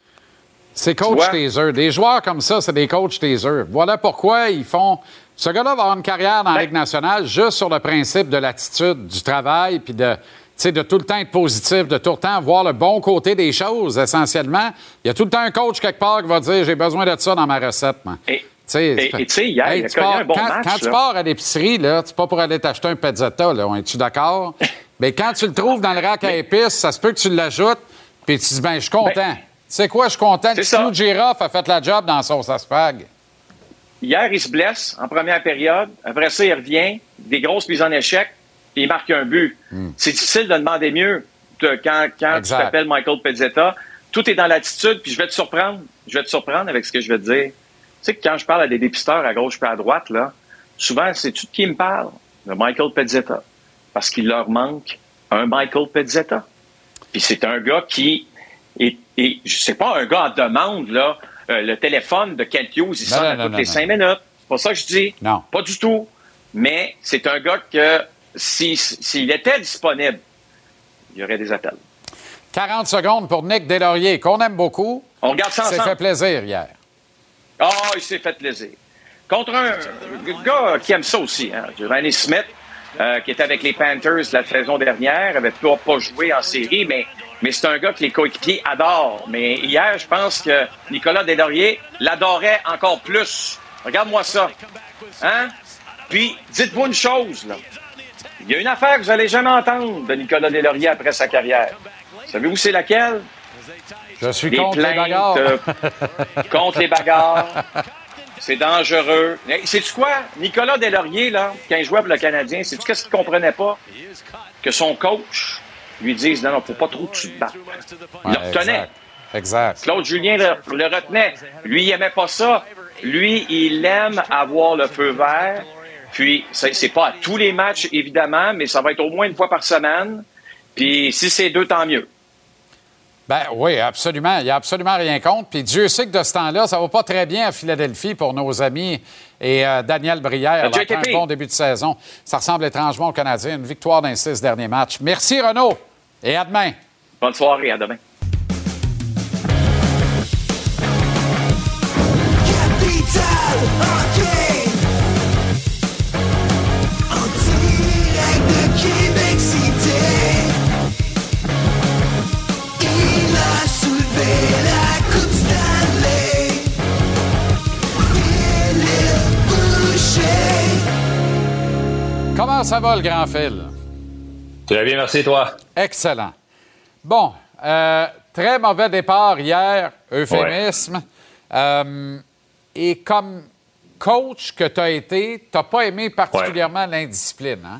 C'est coach taser. Des joueurs comme ça, c'est des coachs taser. Voilà pourquoi ils font... Ce gars-là va avoir une carrière dans la Ligue nationale juste sur le principe de l'attitude, du travail, puis de, de tout le temps être positif, de tout le temps voir le bon côté des choses, essentiellement. Il y a tout le temps un coach quelque part qui va dire « J'ai besoin de ça dans ma recette. » Et tu sais, hier, hey, il a connu un bon quand, match. Quand là. tu pars à l'épicerie, là, c'est pas pour aller t'acheter un Pezzetta, là, on est-tu d'accord? Mais quand tu le trouves dans le rack à épices, ça se peut que tu l'ajoutes, puis tu dis « Ben, je suis content. Ben, » Tu sais quoi, je suis content. Le petit clou de girofle a fait la job dans son spag. Hier, il se blesse en première période. Après ça, il revient, des grosses mises en échec, puis il marque un but. Mm. C'est difficile de demander mieux de, quand, quand tu t'appelles Michael Pezzetta. Tout est dans l'attitude, puis je vais te surprendre. Je vais te surprendre avec ce que je vais te dire. Tu sais que quand je parle à des dépisteurs à gauche et à droite, là, souvent, c'est tu de qui me parle? De Michael Pezzetta. Parce qu'il leur manque un Michael Pezzetta. Puis c'est un gars qui est, et c'est pas un gars en demande, là. Euh, le téléphone de Kent Hughes, il sonne à toutes les cinq minutes. C'est pas ça que je dis. Non. Pas du tout. Mais c'est un gars que, s'il si, si était disponible, il y aurait des appels. quarante secondes pour Nick Deslauriers, qu'on aime beaucoup. On regarde ça ensemble. Il s'est fait plaisir hier. Ah, oh, il s'est fait plaisir. Contre un, un gars qui aime ça aussi, hein, Giovanni Smith, euh, qui était avec les Panthers la saison dernière, avait pas, pas joué en série, mais... Mais c'est un gars que les coéquipiers adorent. Mais hier, je pense que Nicolas Deslauriers l'adorait encore plus. Regarde-moi ça. Hein? Puis, dites-vous une chose, là. Il y a une affaire que vous n'allez jamais entendre de Nicolas Deslauriers après sa carrière. Savez-vous c'est laquelle? Je suis Des contre plaintes, les bagarres. euh, contre les bagarres. C'est dangereux. Sais-tu quoi? Nicolas Deslauriers, là, quand il jouait pour le Canadien, sais-tu qu'est-ce qu'il ne comprenait pas? Que son coach... lui disent, non, non, faut pas trop que tu te battes. Il ouais, le retenait. Exact. exact. Claude Julien le, le retenait. Lui, il aimait pas ça. Lui, il aime avoir le feu vert. Puis, c'est, c'est pas à tous les matchs, évidemment, mais ça va être au moins une fois par semaine. Puis, si c'est deux, tant mieux. Ben oui, absolument. Il n'y a absolument rien contre. Puis Dieu sait que de ce temps-là, ça va pas très bien à Philadelphie pour nos amis et euh, Daniel Brière. Après un bon début de saison. Ça ressemble étrangement aux Canadiens. Une victoire dans les six derniers matchs. Merci, Renaud. Et à demain. Bonne soirée. À demain. Capital Hockey. En direct de Québec City. Il a soulevé Comment ça va, le grand Phil? Très bien, merci, toi. Excellent. Bon, euh, très mauvais départ hier, euphémisme. Ouais. Euh, et comme coach que tu as été, tu n'as pas aimé particulièrement ouais. l'indiscipline, hein?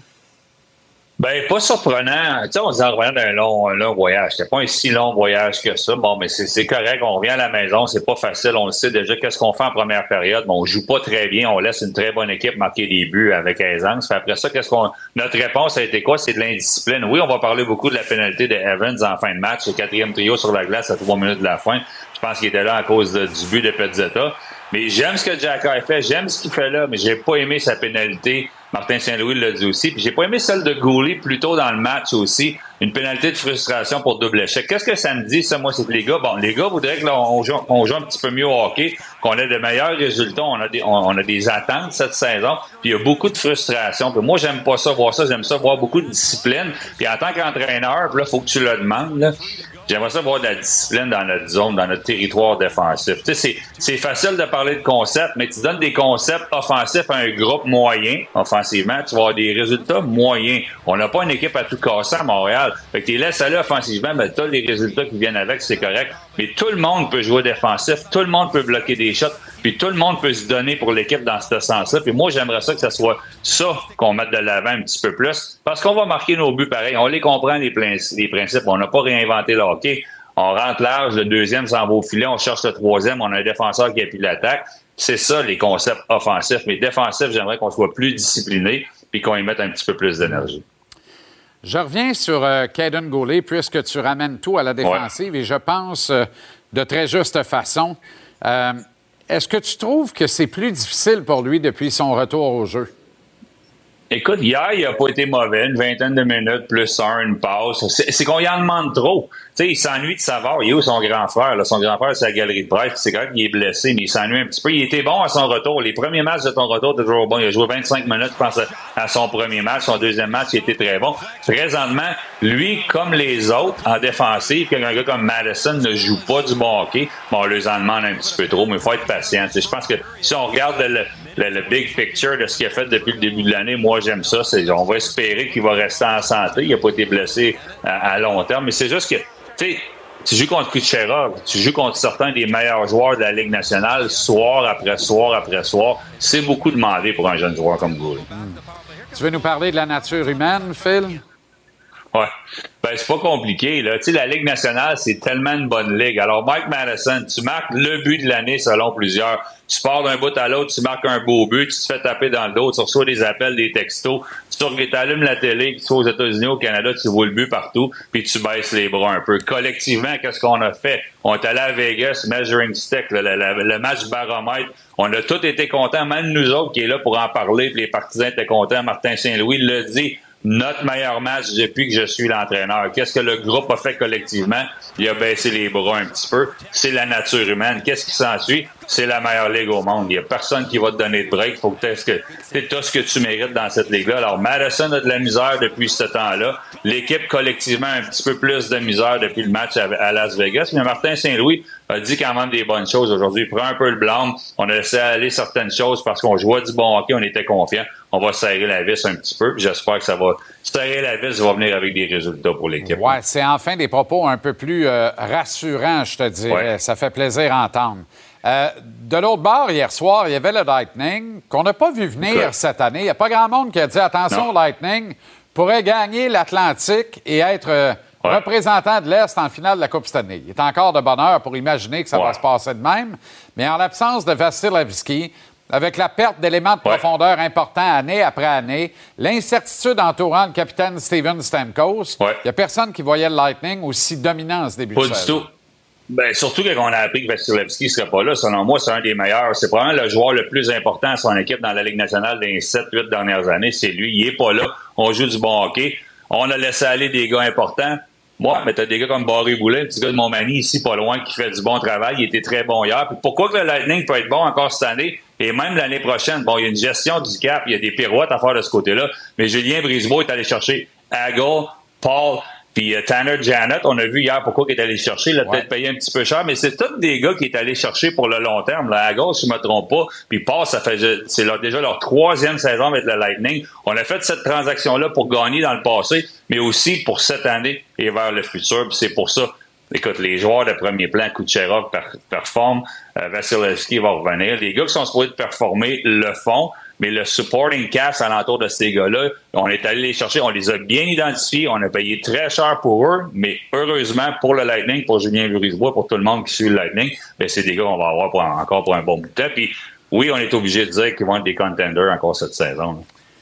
Ben pas surprenant. Tu sais, on se dit en revenant d'un long, long voyage. C'était pas un si long voyage que ça. Bon, mais c'est, c'est correct. On revient à la maison. C'est pas facile. On le sait déjà. Qu'est-ce qu'on fait en première période? Bon, on joue pas très bien. On laisse une très bonne équipe marquer des buts avec aisance. Puis après ça, qu'est-ce qu'on, notre réponse a été quoi? C'est de l'indiscipline. Oui, on va parler beaucoup de la pénalité de Evans en fin de match. Le quatrième trio sur la glace à trois minutes de la fin. Je pense qu'il était là à cause de, du but de Pezzetta. Mais j'aime ce que Xhekaj a fait. J'aime ce qu'il fait là. Mais j'ai pas aimé sa pénalité. Martin Saint-Louis l'a dit aussi. Puis j'ai pas aimé celle de Goulet plus tôt dans le match aussi. Une pénalité de frustration pour double échec. Qu'est-ce que ça me dit, ça, moi, c'est que les gars, bon, les gars voudraient que là, on joue, on joue un petit peu mieux au hockey, qu'on ait de meilleurs résultats. On a des, on, on a des attentes cette saison. Puis il y a beaucoup de frustration. Puis moi, j'aime pas ça, voir ça. J'aime ça, voir beaucoup de discipline. Puis en tant qu'entraîneur, puis là, faut que tu le demandes, là. J'aimerais ça voir de la discipline dans notre zone, dans notre territoire défensif. Tu sais, c'est, c'est facile de parler de concepts, mais tu donnes des concepts offensifs à un groupe moyen, offensivement, tu vas avoir des résultats moyens. On n'a pas une équipe à tout casser à Montréal. Fait que tu les laisses aller offensivement, mais tu as les résultats qui viennent avec, c'est correct. Mais tout le monde peut jouer défensif, tout le monde peut bloquer des shots, puis tout le monde peut se donner pour l'équipe dans ce sens-là. Puis moi, j'aimerais ça que ce soit ça qu'on mette de l'avant un petit peu plus, parce qu'on va marquer nos buts pareil. On les comprend, les, plein, les principes. On n'a pas réinventé le hockey. On rentre large, le deuxième s'en va au filet, on cherche le troisième, on a un défenseur qui appuie l'attaque. C'est ça, les concepts offensifs. Mais défensifs, j'aimerais qu'on soit plus discipliné puis qu'on y mette un petit peu plus d'énergie. Je reviens sur euh, Kaiden Goulet, puisque tu ramènes tout à la défensive, ouais. et je pense euh, de très juste façon. Euh, est-ce que tu trouves que c'est plus difficile pour lui depuis son retour au jeu? Écoute, hier, il n'a pas été mauvais. Une vingtaine de minutes, plus un, une passe. C'est, c'est qu'on y en demande trop. Tu sais, il s'ennuie de Savard. Il est où son grand frère? Là? Son grand frère, c'est la galerie de presse. C'est correct qu'il est blessé, mais il s'ennuie un petit peu. Il était bon à son retour. Les premiers matchs de son retour, c'était toujours bon. Il a joué vingt-cinq minutes, je pense, à son premier match. Son deuxième match, il était très bon. Présentement, lui, comme les autres, en défensive, qu'un gars comme Madison ne joue pas du bon hockey, bon, on leur en demande un petit peu trop, mais il faut être patient. Je pense que si on regarde le, le, le big picture de ce qu'il a fait depuis le début de l'année, moi, j'aime ça. C'est, on va espérer qu'il va rester en santé. Il n'a pas été blessé à, à long terme, mais c'est juste que, tu sais, tu joues contre Kucherov, tu joues contre certains des meilleurs joueurs de la Ligue nationale, soir après soir après soir. C'est beaucoup demandé pour un jeune joueur comme Goulet. Hum. Tu veux nous parler de la nature humaine, Phil? Ouais. Ben, c'est pas compliqué, là. Tu sais, la Ligue nationale, c'est tellement une bonne ligue. Alors, Mike Madison, tu marques le but de l'année selon plusieurs. Tu pars d'un bout à l'autre, tu marques un beau but, tu te fais taper dans le dos, tu reçois des appels, des textos, tu allumes la télé, tu sois aux États-Unis, au Canada, tu vois le but partout, puis tu baisses les bras un peu. Collectivement, qu'est-ce qu'on a fait? On est allé à Vegas, Measuring Stick, le, le, le match baromètre. On a tous été contents, même nous autres qui est là pour en parler, puis les partisans étaient contents. Martin Saint-Louis l'a dit. Notre meilleur match depuis que je suis l'entraîneur. Qu'est-ce que le groupe a fait collectivement? Il a baissé les bras un petit peu. C'est la nature humaine. Qu'est-ce qui s'ensuit? C'est la meilleure ligue au monde. Il n'y a personne qui va te donner de break. Il faut que tu aies ce que, ce que tu mérites dans cette ligue-là. Alors, Madison a de la misère depuis ce temps-là. L'équipe, collectivement, a un petit peu plus de misère depuis le match à Las Vegas. Mais Martin Saint-Louis a dit quand même des bonnes choses aujourd'hui. Il prend un peu le blâme. On a laissé aller certaines choses parce qu'on jouait du bon hockey. On était confiants. On va serrer la vis un petit peu. J'espère que ça va serrer la vis, ça va venir avec des résultats pour l'équipe. Ouais, c'est enfin des propos un peu plus euh, rassurants, je te dirais. Ouais. Ça fait plaisir à entendre. Euh, de l'autre bord, hier soir, il y avait le Lightning qu'on n'a pas vu venir okay. cette année. Il n'y a pas grand monde qui a dit attention, non. Lightning pourrait gagner l'Atlantique et être euh, ouais. représentant de l'Est en finale de la Coupe Stanley. Il est encore de bonne heure pour imaginer que ça ouais. va se passer de même. Mais en l'absence de Vasilevskiy, avec la perte d'éléments de ouais. profondeur importants année après année, l'incertitude entourant le capitaine Steven Stamkos, il ouais. n'y a personne qui voyait le Lightning aussi dominant en ce début pas de saison. Pas du tout. Ben, surtout quand on a appris que Vasilevskiy ne serait pas là, selon moi, c'est un des meilleurs. C'est probablement le joueur le plus important à son équipe dans la Ligue nationale des sept huit dernières années. C'est lui. Il n'est pas là. On joue du bon hockey. On a laissé aller des gars importants. Moi, mais t'as des gars comme Barry Boulet, un petit gars de Montmagny, ici, pas loin, qui fait du bon travail. Il était très bon hier. Puis pourquoi que le Lightning peut être bon encore cette année et même l'année prochaine? Bon, il y a une gestion du cap, il y a des pirouettes à faire de ce côté-là. Mais Julien Brisebois est allé chercher Hagel, Paul, Puis euh, Tanner Janet, on a vu hier pourquoi il est allé chercher. Il a Ouais. peut-être payé un petit peu cher, mais c'est tous des gars qui est allé chercher pour le long terme. Là, à gauche, si je me trompe pas. Puis passe, ça fait c'est leur, déjà leur troisième saison avec le Lightning. On a fait cette transaction-là pour gagner dans le passé, mais aussi pour cette année et vers le futur. Puis c'est pour ça. Écoute, les joueurs de premier plan, Kucherov per, performe, euh, Vasilevski va revenir. Les gars qui sont supposés performer le font, mais le supporting cast alentour de ces gars-là, on est allé les chercher, on les a bien identifiés, on a payé très cher pour eux, mais heureusement pour le Lightning, pour Julien Brisebois, pour tout le monde qui suit le Lightning, ben c'est des gars qu'on va avoir pour, encore pour un bon bout de temps. Puis oui, on est obligé de dire qu'ils vont être des contenders encore cette saison.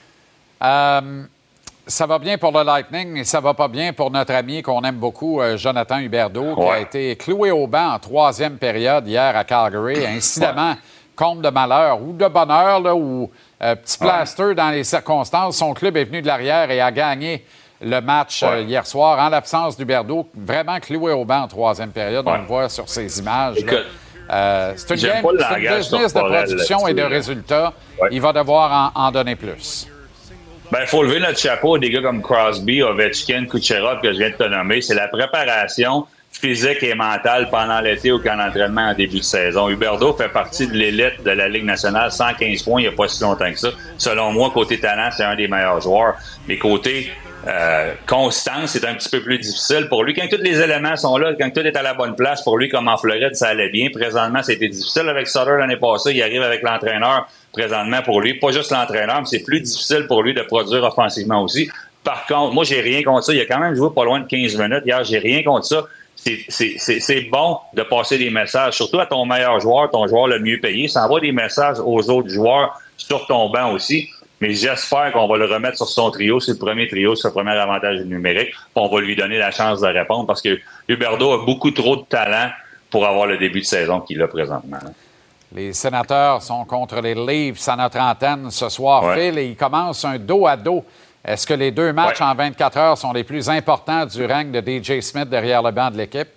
Euh, ça va bien pour le Lightning, mais ça va pas bien pour notre ami qu'on aime beaucoup, euh, Jonathan Huberdeau, qui Ouais. a été cloué au banc en troisième période hier à Calgary. Incidemment, ouais. comble de malheur ou de bonheur, là, ou euh, petit plaster ouais. dans les circonstances. Son club est venu de l'arrière et a gagné le match ouais. euh, hier soir en l'absence d'Huberdeau, vraiment cloué au banc en troisième période. Ouais. On le voit sur ces images. Écoute, euh, c'est une, game, c'est une business de production et de résultats. Ouais. Il va devoir en, en donner plus. Ben, il faut lever notre chapeau à des gars comme Crosby, Ovechkin, Kucherov, que je viens de te nommer. C'est la préparation physique et mentale pendant l'été au camp d'entraînement en début de saison. Huberdeau fait partie de l'élite de la Ligue nationale, cent quinze points, il n'y a pas si longtemps que ça. Selon moi, côté talent, c'est un des meilleurs joueurs. Mais côté euh, constance, c'est un petit peu plus difficile pour lui. Quand tous les éléments sont là, quand tout est à la bonne place, pour lui, comme en Floride, ça allait bien. Présentement, c'était difficile avec Sutter l'année passée. Il arrive avec l'entraîneur. Présentement, pour lui, pas juste l'entraîneur, mais c'est plus difficile pour lui de produire offensivement aussi. Par contre, moi, j'ai rien contre ça. Il a quand même joué pas loin de quinze minutes hier. J'ai rien contre ça. C'est, c'est, c'est, c'est bon de passer des messages, surtout à ton meilleur joueur, ton joueur le mieux payé. Ça envoie des messages aux autres joueurs sur ton banc aussi. Mais j'espère qu'on va le remettre sur son trio. C'est le premier trio, c'est le premier avantage numérique. On va lui donner la chance de répondre parce que Huberdeau a beaucoup trop de talent pour avoir le début de saison qu'il a présentement. Les Sénateurs sont contre les Leafs à notre antenne ce soir, ouais. Phil, et ils commencent un dos à dos. Est-ce que les deux matchs ouais. en vingt-quatre heures sont les plus importants du règne de D J Smith derrière le banc de l'équipe?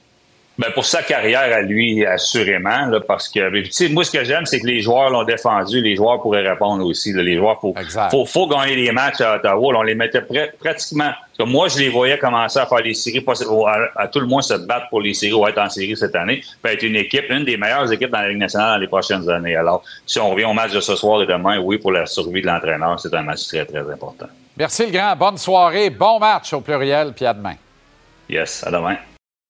Ben pour sa carrière à lui, assurément, là, parce que tu sais, moi, ce que j'aime, c'est que les joueurs l'ont défendu, les joueurs pourraient répondre aussi. Là, les joueurs, faut, faut, faut gagner les matchs à Ottawa. Là, on les mettait pr- pratiquement. Parce que moi, je les voyais commencer à faire les séries, à, à tout le moins se battre pour les séries ou être en série cette année, puis être une équipe, une des meilleures équipes dans la Ligue nationale dans les prochaines années. Alors, si on revient au match de ce soir et demain, oui, pour la survie de l'entraîneur, c'est un match très, très important. Merci, le grand. Bonne soirée. Bon match au pluriel, puis à demain. Yes, à demain.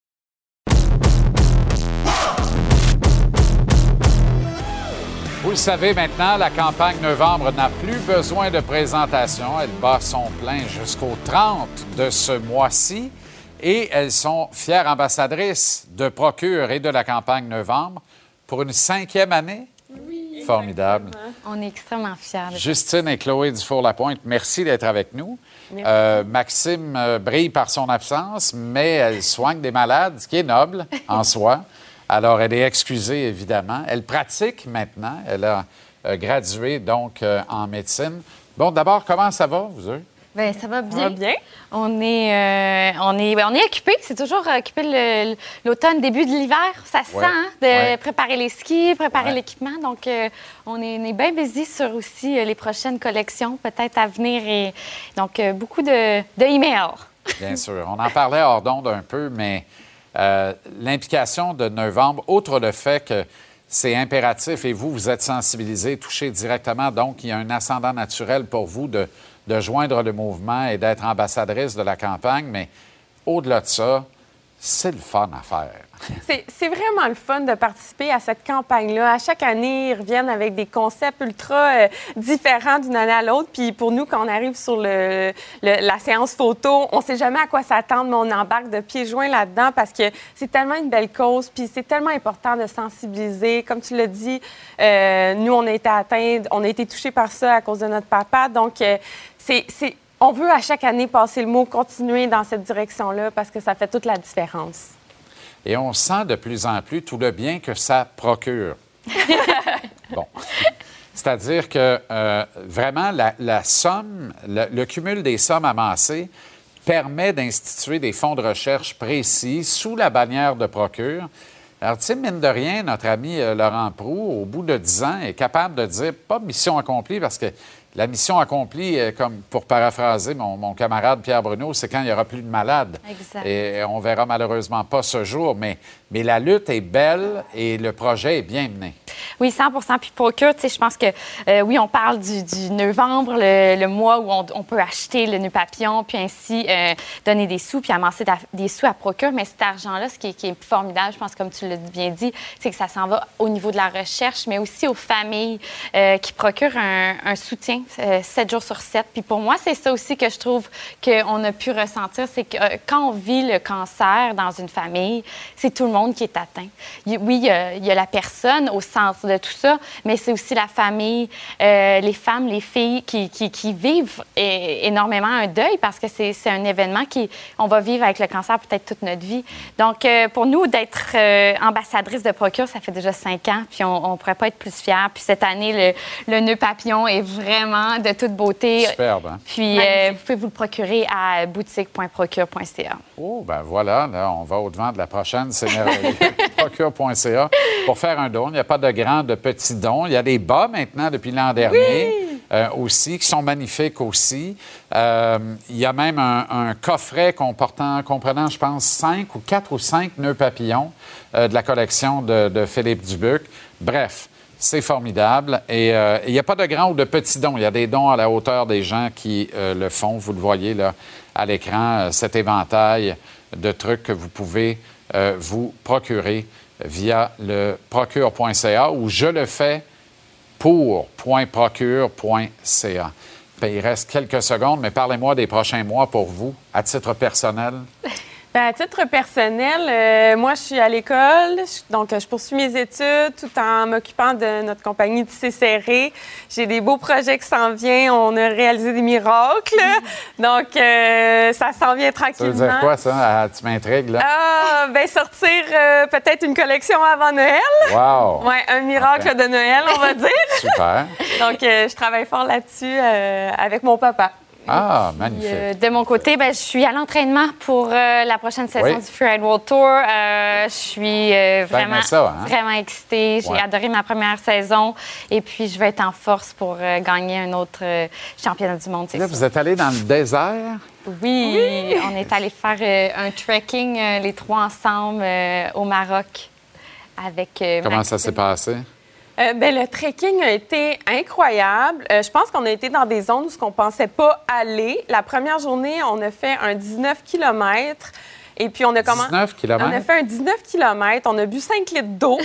Vous le savez maintenant, la campagne Novembre n'a plus besoin de présentation. Elle bat son plein jusqu'au trente de ce mois-ci. Et elles sont fières ambassadrices de Procure et de la campagne Novembre pour une cinquième année. Oui, formidable. On est extrêmement fiers. De Justine et Chloé Dufour-Lapointe, merci d'être avec nous. Euh, Maxime euh, brille par son absence, mais elle soigne des malades, ce qui est noble en soi. Alors, elle est excusée, évidemment. Elle pratique maintenant. Elle a euh, gradué, donc, euh, en médecine. Bon, d'abord, comment ça va, vous deux? Bien, ça va bien. Ça va bien. On est, euh, on est, on est occupé. C'est toujours occupé le, l'automne, début de l'hiver. Ça se ouais. sent, hein, de ouais. préparer les skis, préparer ouais. l'équipement. Donc, euh, on est, on est bien busy sur aussi euh, les prochaines collections, peut-être à venir. Et donc, euh, beaucoup de, de emails. Bien sûr. On en parlait hors d'onde un peu, mais euh, l'implication de novembre, outre le fait que c'est impératif et vous, vous êtes sensibilisés, touchés directement, donc il y a un ascendant naturel pour vous de, de joindre le mouvement et d'être ambassadrice de la campagne, mais au-delà de ça, c'est le fun à faire. C'est, c'est vraiment le fun de participer à cette campagne-là. À chaque année, ils reviennent avec des concepts ultra euh, différents d'une année à l'autre. Puis pour nous, quand on arrive sur le, le, la séance photo, on ne sait jamais à quoi s'attendre, mais on embarque de pieds joints là-dedans parce que c'est tellement une belle cause. Puis c'est tellement important de sensibiliser. Comme tu l'as dit, euh, nous, on a été atteints, on a été touchés par ça à cause de notre papa. Donc, euh, c'est... c'est on veut à chaque année passer le mot, continuer dans cette direction-là parce que ça fait toute la différence. Et on sent de plus en plus tout le bien que ça procure. Bon. C'est-à-dire que euh, vraiment, la, la somme, le, le cumul des sommes amassées permet d'instituer des fonds de recherche précis sous la bannière de Procure. Alors, tu sais, mine de rien, notre ami euh, Laurent Proulx, au bout de dix ans, est capable de dire, pas mission accomplie, parce que La mission accomplie, euh, comme pour paraphraser mon, mon camarade Pierre Bruno, c'est quand il n'y aura plus de malades. Exact. Et on verra malheureusement pas ce jour, mais, mais la lutte est belle et le projet est bien mené. Oui, cent pour cent. Puis Procure, tu sais, je pense que, euh, oui, on parle du, du novembre, le, le mois où on, on peut acheter le nœud papillon, puis ainsi euh, donner des sous, puis amasser da, des sous à Procure. Mais cet argent-là, ce qui est, qui est formidable, je pense, comme tu l'as bien dit, c'est que ça s'en va au niveau de la recherche, mais aussi aux familles euh, qui procurent un, un soutien euh, sept jours sur sept. Puis pour moi, c'est ça aussi que je trouve qu'on a pu ressentir, c'est que euh, quand on vit le cancer dans une famille, c'est tout le monde qui est atteint. Il, oui, il y, a, il y a la personne au centre de tout ça, mais c'est aussi la famille, euh, les femmes, les filles qui, qui, qui vivent é- énormément un deuil parce que c'est, c'est un événement qui, on va vivre avec le cancer peut-être toute notre vie. Donc, euh, pour nous, d'être euh, ambassadrice de Procure, ça fait déjà cinq ans, puis on ne pourrait pas être plus fiers. Puis cette année, le, le nœud papillon est vraiment de toute beauté. Superbe, hein? Puis, euh, vous pouvez vous le procurer à boutique point procure point c a. Oh, ben voilà, là, on va au-devant de la prochaine, c'est merveilleux. procure point c a pour faire un don. Il n'y a pas de grands, de petits dons. Il y a des bas maintenant depuis l'an dernier oui! euh, aussi, qui sont magnifiques aussi. Euh, il y a même un, un coffret comportant, comprenant, je pense, cinq ou quatre ou cinq nœuds papillons euh, de la collection de, de Philippe Dubuc. Bref, c'est formidable. Et euh, il n'y a pas de grands ou de petits dons. Il y a des dons à la hauteur des gens qui euh, le font. Vous le voyez là à l'écran, euh, cet éventail de trucs que vous pouvez euh, vous procurer via le procure point c a ou je le fais pour procure point c a. Bien, il reste quelques secondes, mais parlez-moi des prochains mois pour vous, à titre personnel. Bien, à titre personnel, euh, moi, je suis à l'école, donc je poursuis mes études tout en m'occupant de notre compagnie Tissé Serré. J'ai des beaux projets qui s'en viennent. On a réalisé des miracles. Donc, euh, ça s'en vient tranquillement. Ça veut dire quoi, ça? Ah, tu m'intrigues, là. Ah, bien, sortir euh, peut-être une collection avant Noël. Wow! Oui, un miracle okay. de Noël, on va dire. Super. Donc, euh, je travaille fort là-dessus euh, avec mon papa. Ah, magnifique. Euh, de mon côté, ben, je suis à l'entraînement pour euh, la prochaine saison oui. du Freeride World Tour. Euh, je suis euh, vraiment, ça, hein? vraiment excitée. J'ai ouais. adoré ma première saison. Et puis, je vais être en force pour euh, gagner un autre euh, championnat du monde. Là, vous êtes allé dans le désert? Oui, oui. On est allé faire euh, un trekking, euh, les trois ensemble, euh, au Maroc. Avec, euh, Comment Maxime. ça s'est passé? Euh, ben, le trekking a été incroyable. Euh, je pense qu'on a été dans des zones où on ne pensait pas aller. La première journée, on a fait un dix-neuf kilomètres. Et puis, on a commencé. dix-neuf kilomètres? On a fait un dix-neuf kilomètres. On a bu cinq litres d'eau.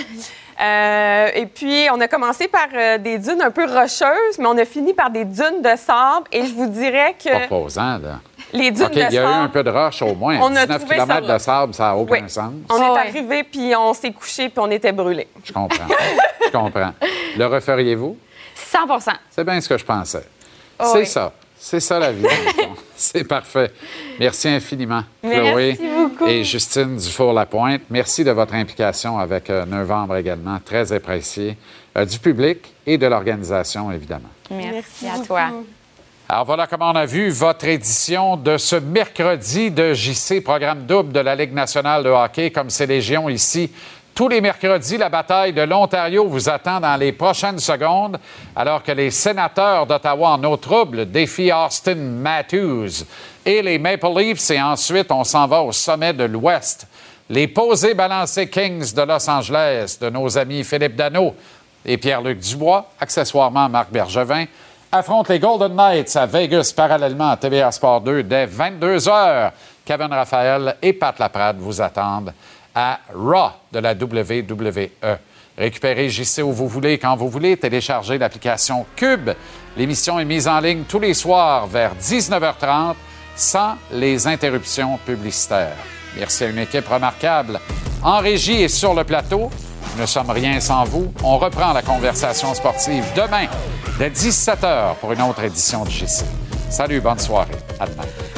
euh, et puis, on a commencé par euh, des dunes un peu rocheuses, mais on a fini par des dunes de sable. Et je vous dirais que. Pas posant, là. Les dunes okay, de il y a sable. eu un peu de roche au moins. On dix-neuf kilomètres de sable, ça n'a aucun oui. sens. On oh, est ouais. arrivé, puis on s'est couché, puis on était brûlés. Je comprends. Je comprends. Le referiez-vous? cent pour cent. C'est bien ce que je pensais. Oh, c'est oui. ça. C'est ça la vie. C'est parfait. Merci infiniment, Chloé. Merci beaucoup. Et Justine Dufour-Lapointe. Merci de votre implication avec euh, Novembre également, très apprécié, euh, du public et de l'organisation, évidemment. Merci, Merci à beaucoup. toi. Alors voilà comment on a vu votre édition de ce mercredi de J C, programme double de la Ligue nationale de hockey, comme c'est légion ici. Tous les mercredis, la bataille de l'Ontario vous attend dans les prochaines secondes, alors que les sénateurs d'Ottawa en eau trouble défient Austin Matthews et les Maple Leafs. Et ensuite, on s'en va au sommet de l'Ouest. Les posés balancés Kings de Los Angeles, de nos amis Philippe Danault et Pierre-Luc Dubois, accessoirement Marc Bergevin, affrontent les Golden Knights à Vegas parallèlement à T V A Sport deux dès vingt-deux heures. Kevin Raphaël et Pat Laprade vous attendent à Raw de la W W E. Récupérez J C où vous voulez, quand vous voulez. Téléchargez l'application Cube. L'émission est mise en ligne tous les soirs vers dix-neuf heures trente sans les interruptions publicitaires. Merci à une équipe remarquable en régie et sur le plateau. Nous ne sommes rien sans vous. On reprend la conversation sportive demain dès dix-sept heures pour une autre édition de J C. Salut, bonne soirée. À demain.